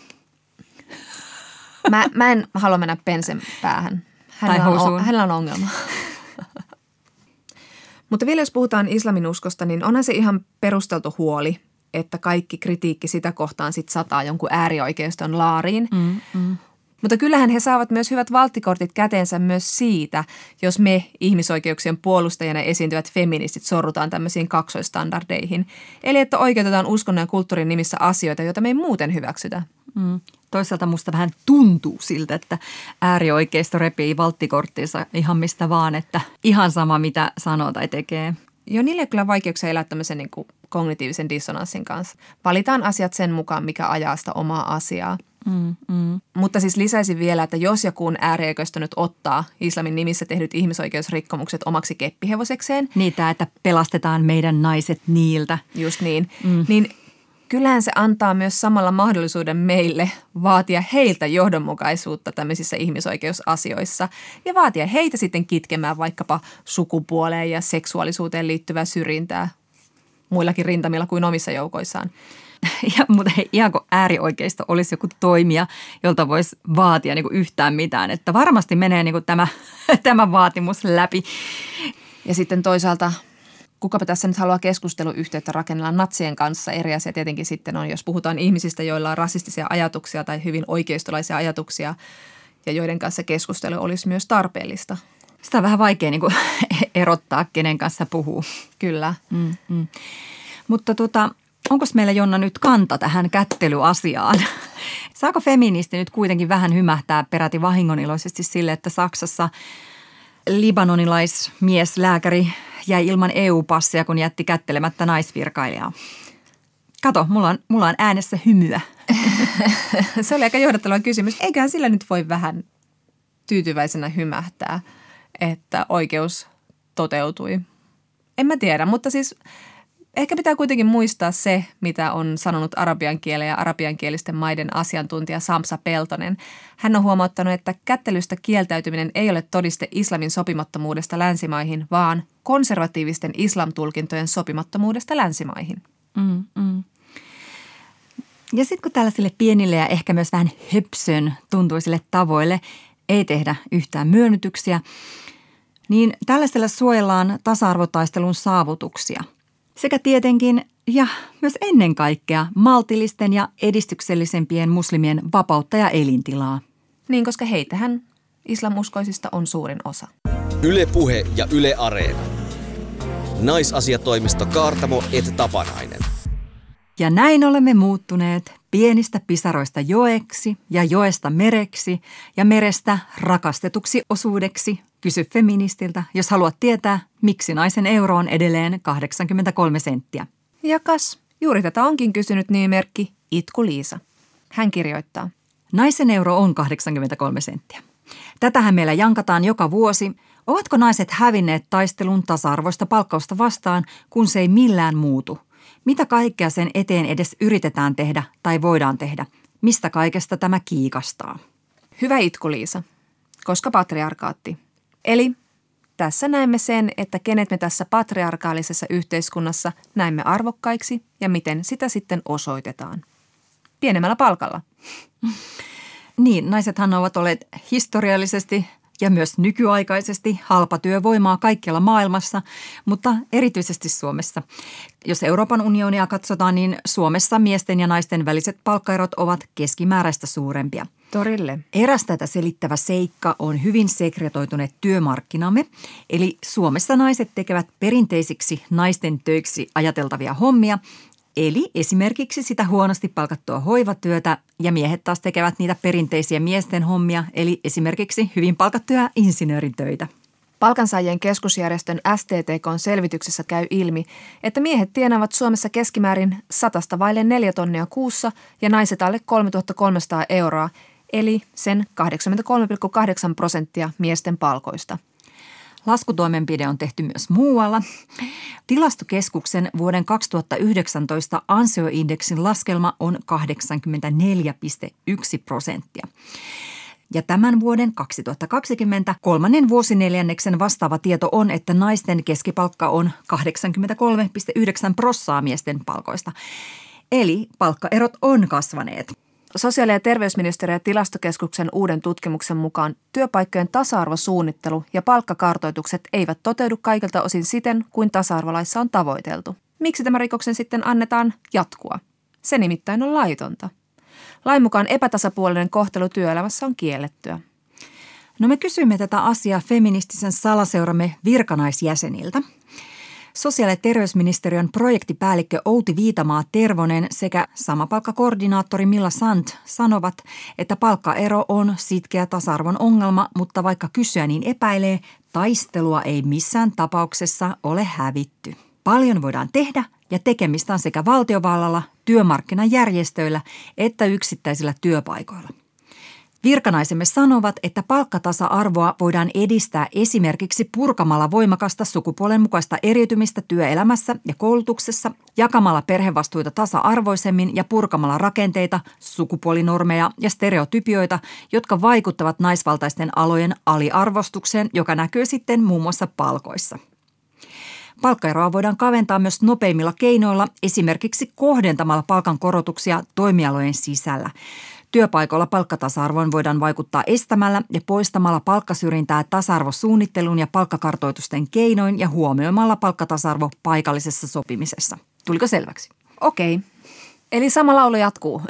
Mä en halua mennä Pencen päähän. Hänellä on ongelma. Mutta vielä jos puhutaan islaminuskosta, niin onhan se ihan perusteltu huoli, että kaikki kritiikki sitä kohtaan sit sataa jonkun äärioikeiston laariin. Mutta kyllähän he saavat myös hyvät valttikortit käteensä myös siitä, jos me ihmisoikeuksien puolustajana esiintyvät feministit sorrutaan tämmöisiin kaksoistandardeihin. Eli että oikeutetaan uskonnon ja kulttuurin nimissä asioita, joita me ei muuten hyväksytä. Toisaalta musta vähän tuntuu siltä, että äärioikeisto repii valttikorttinsa ihan mistä vaan, että ihan sama mitä sanoo tai tekee. Joo, niillä ei kyllä vaikeuksia elää tämmöisen niin kuin kognitiivisen dissonanssin kanssa. Valitaan asiat sen mukaan, mikä ajaa sitä omaa asiaa. Mutta siis lisäisin vielä, että jos joku äärioikeisto nyt ottaa islamin nimissä tehdyt ihmisoikeusrikkomukset omaksi keppihevosekseen. Niitä, että pelastetaan meidän naiset niiltä. Just niin. Niin kyllähän se antaa myös samalla mahdollisuuden meille vaatia heiltä johdonmukaisuutta tämmöisissä ihmisoikeusasioissa ja vaatia heitä sitten kitkemään vaikkapa sukupuoleen ja seksuaalisuuteen liittyvää syrjintää muillakin rintamilla kuin omissa joukoissaan. Mutta ihanko äärioikeisto olisi joku toimija, jolta voisi vaatia niin kuin yhtään mitään, että varmasti menee niin kuin tämä vaatimus läpi. Ja sitten toisaalta kukapa tässä nyt haluaa keskusteluyhteyttä rakennella natsien kanssa. Eri asia tietenkin sitten on, jos puhutaan ihmisistä, joilla on rasistisia ajatuksia tai hyvin oikeistolaisia ajatuksia ja joiden kanssa keskustelu olisi myös tarpeellista. Sitä on vähän vaikea niin kuin erottaa, kenen kanssa puhuu. Kyllä. Mutta onko meillä, Jonna, nyt kanta tähän kättelyasiaan? Saako feministi nyt kuitenkin vähän hymähtää peräti vahingoniloisesti sille, että Saksassa libanonilaislääkäri jäi ilman EU-passia, kun jätti kättelemättä naisvirkailijaa? Kato, mulla on äänessä hymyä. Se oli aika johdatteleva kysymys. Eiköhän sillä nyt voi vähän tyytyväisenä hymähtää, että oikeus toteutui. En mä tiedä, mutta siis ehkä pitää kuitenkin muistaa se, mitä on sanonut arabian kielen ja arabiankielisten maiden asiantuntija Samsa Peltonen. Hän on huomauttanut, että kättelystä kieltäytyminen ei ole todiste islamin sopimattomuudesta länsimaihin, vaan konservatiivisten islamtulkintojen sopimattomuudesta länsimaihin. Ja sitten kun tällaisille pienille ja ehkä myös vähän höpsön tuntuisille tavoille ei tehdä yhtään myönnytyksiä, niin tällaisella suojellaan tasa-arvotaistelun saavutuksia. Sekä tietenkin ja myös ennen kaikkea maltillisten ja edistyksellisempien muslimien vapautta ja elintilaa. Niin, koska heitähän islamuskoisista on suurin osa. Yle Puhe ja Yle Areena. Naisasiatoimisto Kaartamo et Tapanainen. Ja näin olemme muuttuneet pienistä pisaroista joeksi ja joesta mereksi ja merestä rakastetuksi osuudeksi. Kysy feministiltä, jos haluat tietää, miksi naisen euro on edelleen 83 senttiä. Jakas, juuri tätä onkin kysynyt nimimerkki Itku Liisa. Hän kirjoittaa. Naisen euro on 83 senttiä. Tätähän meillä jankataan joka vuosi. Ovatko naiset hävinneet taistelun tasa-arvoista palkkausta vastaan, kun se ei millään muutu? Mitä kaikkea sen eteen edes yritetään tehdä tai voidaan tehdä? Mistä kaikesta tämä kiikastaa? Hyvä Itku Liisa, koska patriarkaatti. Eli tässä näemme sen, että kenet me tässä patriarkaalisessa yhteiskunnassa näemme arvokkaiksi ja miten sitä sitten osoitetaan. Pienemmällä palkalla. Niin, naisethan ovat olleet historiallisesti ja myös nykyaikaisesti halpatyövoimaa kaikkialla maailmassa, mutta erityisesti Suomessa. Jos Euroopan unionia katsotaan, niin Suomessa miesten ja naisten väliset palkkaerot ovat keskimääräistä suurempia. Torille. Eräs tätä selittävä seikka on hyvin sekretoituneet työmarkkinamme, eli Suomessa naiset tekevät perinteisiksi naisten töiksi ajateltavia hommia, eli esimerkiksi sitä huonosti palkattua hoivatyötä ja miehet taas tekevät niitä perinteisiä miesten hommia, eli esimerkiksi hyvin palkattuja insinööritöitä. Palkansaajien keskusjärjestön STTK:n selvityksessä käy ilmi, että miehet tienaavat Suomessa keskimäärin 100 vaille 4 tonnia kuussa ja naiset alle 3300 euroa, eli sen 83,8% miesten palkoista. Laskutoimenpide on tehty myös muualla. Tilastokeskuksen vuoden 2019 ansioindeksin laskelma on 84,1%. Ja tämän vuoden 2020 kolmannen vuosineljänneksen vastaava tieto on, että naisten keskipalkka on 83,9% miesten palkoista. Eli palkkaerot on kasvaneet. Sosiaali- ja terveysministeriön ja tilastokeskuksen uuden tutkimuksen mukaan työpaikkojen tasa-arvosuunnittelu ja palkkakartoitukset eivät toteudu kaikilta osin siten, kuin tasa-arvolaissa on tavoiteltu. Miksi tämä rikoksen sitten annetaan jatkua? Se nimittäin on laitonta. Lain mukaan epätasapuolinen kohtelu työelämässä on kiellettyä. No me kysyimme tätä asiaa feministisen salaseuramme virkanaisjäseniltä. Sosiaali- ja terveysministeriön projektipäällikkö Outi Viitamaa-Tervonen sekä samapalkkakoordinaattori Milla Sant sanovat, että palkkaero on sitkeä tasa-arvon ongelma, mutta vaikka kysyjä niin epäilee, taistelua ei missään tapauksessa ole hävitty. Paljon voidaan tehdä ja tekemistä on sekä valtiovallalla, työmarkkinajärjestöillä että yksittäisillä työpaikoilla. Virkanaisemme sanovat, että palkkatasa-arvoa voidaan edistää esimerkiksi purkamalla voimakasta sukupuolen mukaista eriytymistä työelämässä ja koulutuksessa, jakamalla perhevastuita tasa-arvoisemmin ja purkamalla rakenteita, sukupuolinormeja ja stereotypioita, jotka vaikuttavat naisvaltaisten alojen aliarvostukseen, joka näkyy sitten muun muassa palkoissa. Palkkaeroa voidaan kaventaa myös nopeimmilla keinoilla, esimerkiksi kohdentamalla palkankorotuksia toimialojen sisällä. Työpaikoilla palkkatasa-arvoon voidaan vaikuttaa estämällä ja poistamalla palkkasyrjintää tasa-arvosuunnittelun ja palkkakartoitusten keinoin ja huomioimalla palkkatasa-arvo paikallisessa sopimisessa. Tuliko selväksi? Okei. Eli sama laulu jatkuu.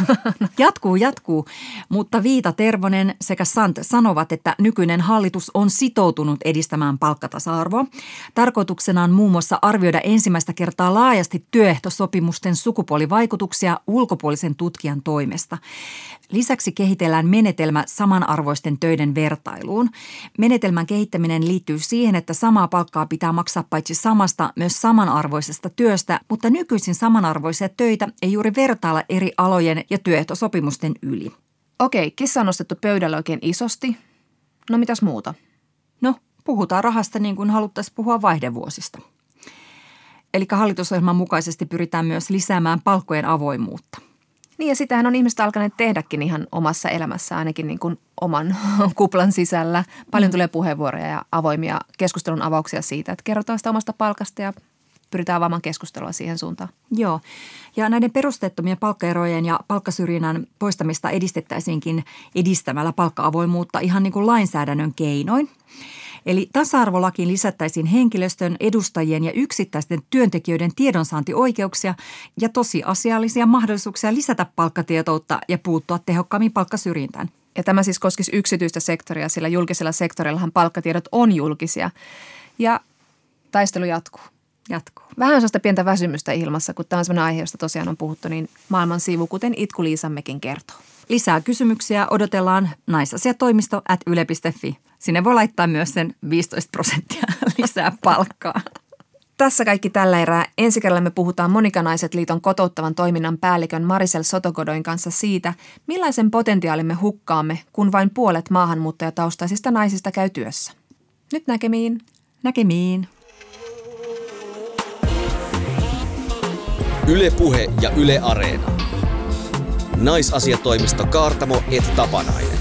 Jatkuu, mutta Viita Tervonen sekä Sant sanovat, että nykyinen hallitus on sitoutunut edistämään palkkatasa-arvoa. Tarkoituksena on muun muassa arvioida ensimmäistä kertaa laajasti työehtosopimusten sukupuolivaikutuksia ulkopuolisen tutkijan toimesta. Lisäksi kehitellään menetelmä samanarvoisten töiden vertailuun. Menetelmän kehittäminen liittyy siihen, että samaa palkkaa pitää maksaa paitsi samasta myös samanarvoisesta työstä, mutta nykyisin samanarvoisia töitä ei juuri vertailla eri alojen ja työehtosopimusten yli. Okei, kissa on nostettu pöydälle oikein isosti. No mitäs muuta? No, puhutaan rahasta niin kuin haluttaisiin puhua vaihdevuosista. Eli hallitusohjelman mukaisesti pyritään myös lisäämään palkkojen avoimuutta. Niin ja sitähän on ihmiset alkaneet tehdäkin ihan omassa elämässä, ainakin niin kuin oman kuplan sisällä. Paljon tulee puheenvuoroja ja avoimia keskustelun avauksia siitä, että kerrotaan sitä omasta palkasta ja pyritään avaamaan keskustelua siihen suuntaan. Joo, ja näiden perusteettomien palkkaerojen ja palkkasyrjinnän poistamista edistettäisiinkin edistämällä palkka-avoimuutta ihan niin kuin lainsäädännön keinoin. Eli tasa-arvolakiin lisättäisiin henkilöstön, edustajien ja yksittäisten työntekijöiden tiedonsaantioikeuksia ja tosiasiallisia mahdollisuuksia lisätä palkkatietoutta ja puuttua tehokkaammin palkkasyrjintään. Ja tämä siis koskisi yksityistä sektoria, sillä julkisella sektorillahan palkkatiedot on julkisia. Ja taistelu jatkuu. Vähän sellaista pientä väsymystä ilmassa, kun tämä on sellainen aihe, josta tosiaan on puhuttu, niin maailman sivu, kuten Itku-Liisammekin kertoo. Lisää kysymyksiä odotellaan naisasiatoimisto@yle.fi. Sinne voi laittaa myös sen 15% lisää palkkaa. Tässä kaikki tällä erää. Ensi kerralla me puhutaan Monika-Naiset liiton kotouttavan toiminnan päällikön Marisel Sotogodoin kanssa siitä, millaisen potentiaalin me hukkaamme, kun vain puolet maahanmuuttajataustaisista naisista käy työssä. Nyt näkemiin. Näkemiin. Yle Puhe ja Yle Areena. Naisasiatoimisto Kaartamo et Tapanainen.